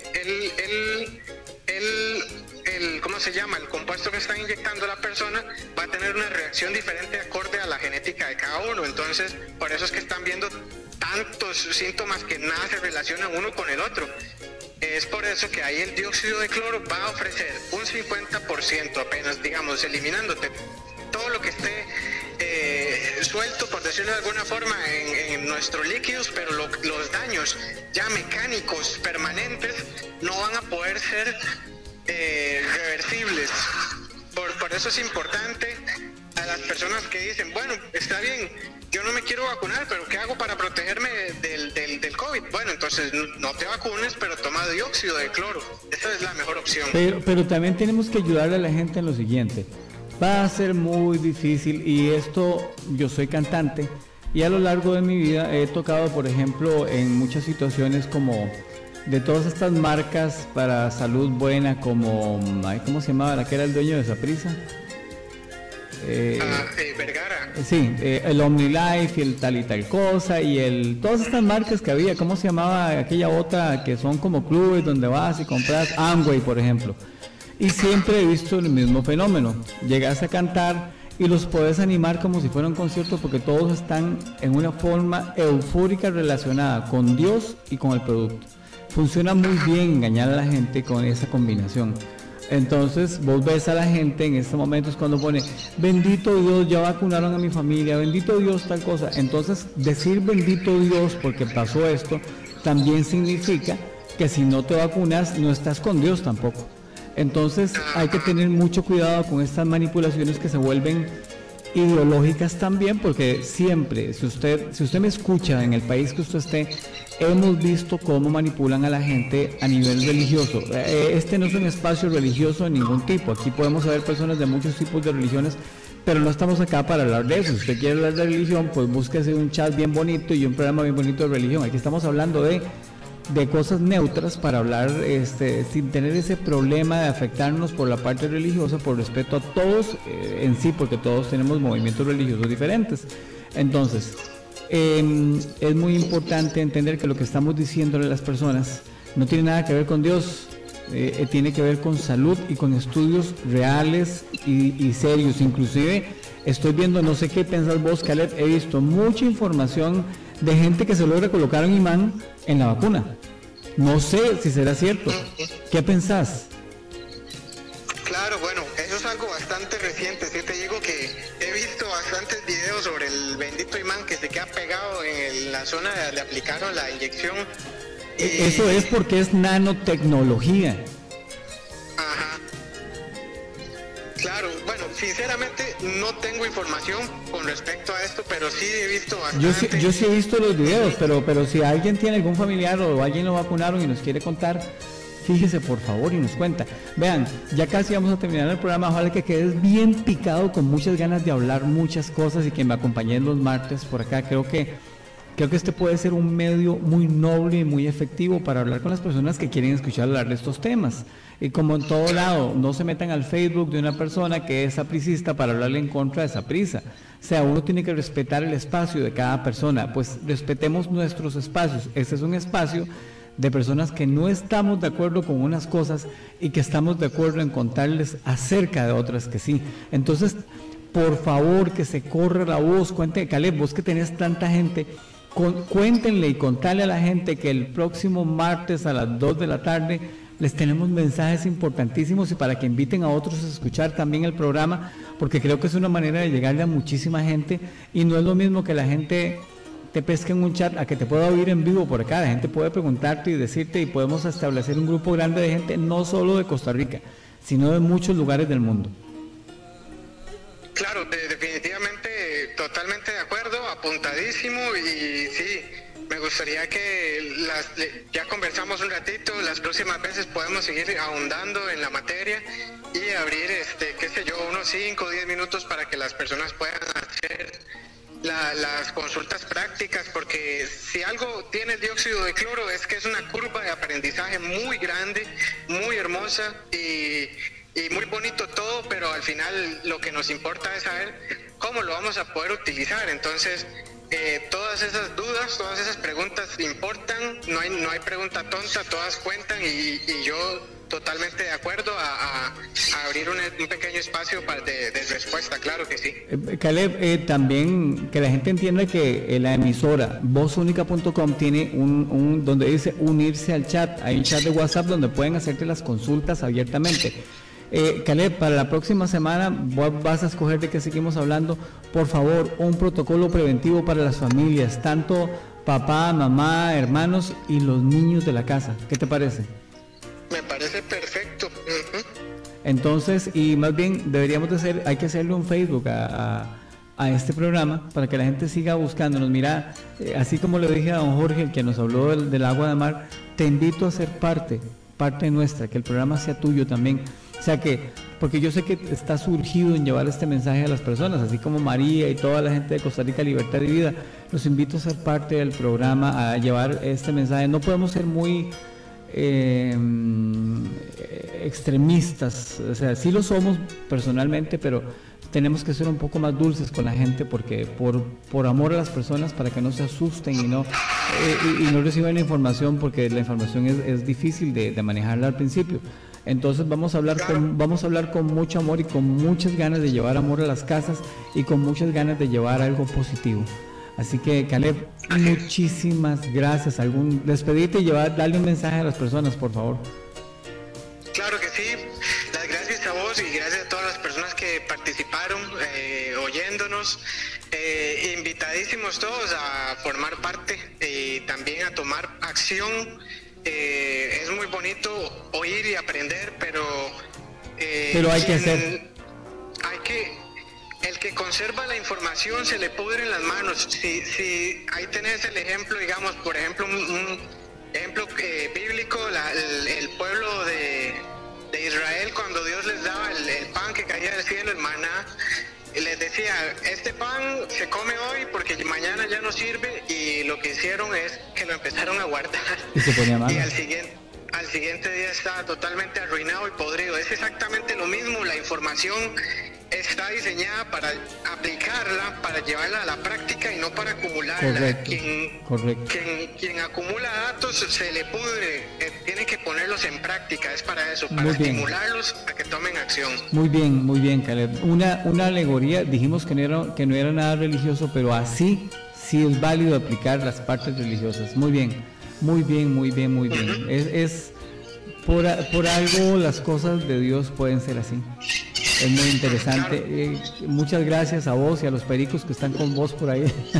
C: ¿cómo se llama? El compuesto que está inyectando la persona va a tener una reacción diferente acorde a la genética de cada uno. Entonces, por eso es que están viendo tantos síntomas que nada se relacionan uno con el otro. Es por eso que ahí el dióxido de cloro va a ofrecer un 50% apenas, digamos, eliminándote todo lo que esté suelto, por decirlo de alguna forma, en nuestros líquidos, pero los daños ya mecánicos permanentes no van a poder ser reversibles. Por eso es importante a las personas que dicen, bueno, está bien, yo no me quiero vacunar, pero ¿qué hago para protegerme del COVID? Bueno, entonces no te vacunes, pero toma dióxido de cloro. Esa es la mejor opción.
A: Pero también tenemos que ayudarle a la gente en lo siguiente. Va a ser muy difícil, y esto, yo soy cantante y a lo largo de mi vida he tocado, por ejemplo, en muchas situaciones como de todas estas marcas para salud buena, como, ¿cómo se llamaba la que era el dueño de Saprissa?
C: Vergara.
A: Sí, el OmniLife y el tal y tal cosa, y todas estas marcas que había, ¿cómo se llamaba aquella otra que son como clubes donde vas y compras? Amway, por ejemplo. Y siempre he visto el mismo fenómeno. Llegas a cantar y los puedes animar como si fuera un concierto, porque todos están en una forma eufórica relacionada con Dios y con el producto. Funciona muy bien engañar a la gente con esa combinación. Entonces vos ves a la gente en estos momentos cuando pone bendito Dios, ya vacunaron a mi familia, bendito Dios tal cosa. Entonces decir bendito Dios porque pasó esto también significa que si no te vacunas no estás con Dios tampoco. Entonces hay que tener mucho cuidado con estas manipulaciones que se vuelven ideológicas también, porque siempre, si usted me escucha en el país que usted esté, hemos visto cómo manipulan a la gente a nivel religioso. Este no es un espacio religioso de ningún tipo. Aquí podemos ver personas de muchos tipos de religiones, pero no estamos acá para hablar de eso. Si usted quiere hablar de religión, pues búsquese un chat bien bonito y un programa bien bonito de religión. Aquí estamos hablando de cosas neutras para hablar sin tener ese problema de afectarnos por la parte religiosa, por respeto a todos en sí, porque todos tenemos movimientos religiosos diferentes. Entonces, es muy importante entender que lo que estamos diciéndole a las personas no tiene nada que ver con Dios, tiene que ver con salud y con estudios reales y serios. Inclusive estoy viendo, no sé qué pensás vos, Caleb, he visto mucha información de gente que se logra colocar un imán en la vacuna. No sé si será cierto. ¿Qué pensás?
C: Claro, bueno, eso es algo bastante reciente. Sí, te digo que he visto bastantes videos sobre el bendito imán que se queda pegado en la zona de donde aplicaron la inyección.
A: Eso es porque es nanotecnología.
C: Ajá. Claro, bueno, sinceramente no tengo información con respecto a esto, pero sí he visto bastante.
A: Yo sí he visto los videos, pero si alguien tiene algún familiar o alguien lo vacunaron y nos quiere contar, fíjese por favor y nos cuenta. Vean, ya casi vamos a terminar el programa, ojalá que quedes bien picado, con muchas ganas de hablar muchas cosas y que me acompañen los martes por acá. Creo que este puede ser un medio muy noble y muy efectivo para hablar con las personas que quieren escuchar hablar de estos temas. Y como en todo lado, no se metan al Facebook de una persona que es sapricista para hablarle en contra de Saprissa. O sea, uno tiene que respetar el espacio de cada persona, pues respetemos nuestros espacios. Este es un espacio de personas que no estamos de acuerdo con unas cosas y que estamos de acuerdo en contarles acerca de otras que sí. Entonces, por favor, que se corra la voz. Cuente, Caleb, vos que tenés tanta gente, cuéntenle y contale a la gente que el próximo martes a las 2 de la tarde les tenemos mensajes importantísimos y para que inviten a otros a escuchar también el programa, porque creo que es una manera de llegarle a muchísima gente y no es lo mismo que la gente te pesque en un chat a que te pueda oír en vivo por acá. La gente puede preguntarte y decirte y podemos establecer un grupo grande de gente, no solo de Costa Rica, sino de muchos lugares del mundo.
C: Claro, definitivamente, totalmente de acuerdo, apuntadísimo y sí. Me gustaría que ya conversamos un ratito, las próximas veces podemos seguir ahondando en la materia y abrir, qué sé yo, unos 5 o 10 minutos para que las personas puedan hacer las consultas prácticas, porque si algo tiene el dióxido de cloro es que es una curva de aprendizaje muy grande, muy hermosa y muy bonito todo, pero al final lo que nos importa es saber cómo lo vamos a poder utilizar. Entonces, todas esas dudas, todas esas preguntas importan, no hay pregunta tonta, todas cuentan y yo totalmente de acuerdo a abrir un pequeño espacio de respuesta, claro que sí.
A: Caleb, también que la gente entienda que la emisora vozúnica.com tiene un donde dice unirse al chat, hay un chat de WhatsApp donde pueden hacerte las consultas abiertamente. Caleb, para la próxima semana vas a escoger de qué seguimos hablando. Por favor, un protocolo preventivo para las familias, tanto papá, mamá, hermanos y los niños de la casa. ¿Qué te parece?
C: Me parece perfecto.
A: Entonces, y más bien deberíamos hay que hacerle un Facebook a este programa para que la gente siga buscándonos. Mira, así como le dije a don Jorge, el que nos habló del agua de mar, te invito a ser parte nuestra, que el programa sea tuyo también. O sea que, porque yo sé que está surgido en llevar este mensaje a las personas, así como María y toda la gente de Costa Rica Libertad y Vida, los invito a ser parte del programa, a llevar este mensaje. No podemos ser muy extremistas, o sea, sí lo somos personalmente, pero tenemos que ser un poco más dulces con la gente, porque por amor a las personas, para que no se asusten y no reciban la información, porque la información es difícil de manejarla al principio. Entonces vamos a hablar con mucho amor y con muchas ganas de llevar amor a las casas y con muchas ganas de llevar algo positivo. Así que, Caleb, muchísimas gracias. Despedite y darle un mensaje a las personas, por favor.
C: Claro que sí. La todos y gracias a todas las personas que participaron oyéndonos. Invitadísimos todos a formar parte y también a tomar acción. Es muy bonito oír y aprender, pero
A: hay que hacer.
C: El que conserva la información se le pudren las manos. Si ahí tenés el ejemplo, digamos, por ejemplo, un ejemplo bíblico, el pueblo de Israel, cuando Dios les daba el pan que caía del cielo, el maná, les decía, este pan se come hoy porque mañana ya no sirve, y lo que hicieron es que lo empezaron a guardar
A: y se ponía mal.
C: Y al siguiente día estaba totalmente arruinado y podrido. Es exactamente lo mismo, la información está diseñada para aplicarla, para llevarla a la práctica y no para acumularla.
A: Correcto.
C: Quien acumula datos se le pudre, tiene que ponerlos en práctica, es para eso, para estimularlos a que tomen acción. Muy
A: bien, Caleb. Una alegoría, dijimos que no era nada religioso, pero así sí es válido aplicar las partes religiosas. Muy bien. Es por algo las cosas de Dios pueden ser así. Es muy interesante. Muchas gracias a vos y a los pericos que están con vos por ahí.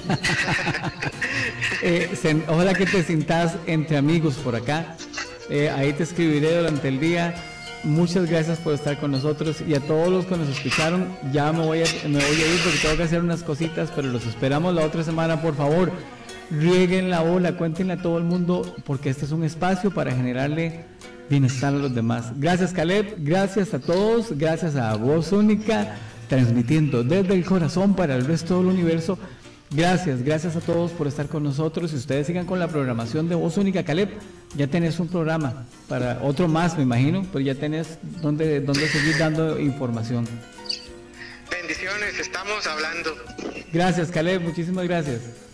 A: Ojalá que te sintas entre amigos por acá. Ahí te escribiré durante el día. Muchas gracias por estar con nosotros, y a todos los que nos escucharon. Ya me voy a ir porque tengo que hacer unas cositas, pero los esperamos la otra semana. Por favor, rieguen la bola, cuéntenle a todo el mundo, porque este es un espacio para generarle bienestar a los demás. Gracias, Caleb, gracias a todos, gracias a Voz Única, transmitiendo desde el corazón para el resto del universo. Gracias a todos por estar con nosotros. Y ustedes sigan con la programación de Voz Única. Caleb, ya tenés un programa para otro más, me imagino, pero ya tenés donde seguir dando información.
C: Bendiciones, estamos hablando.
A: Gracias, Caleb, muchísimas gracias.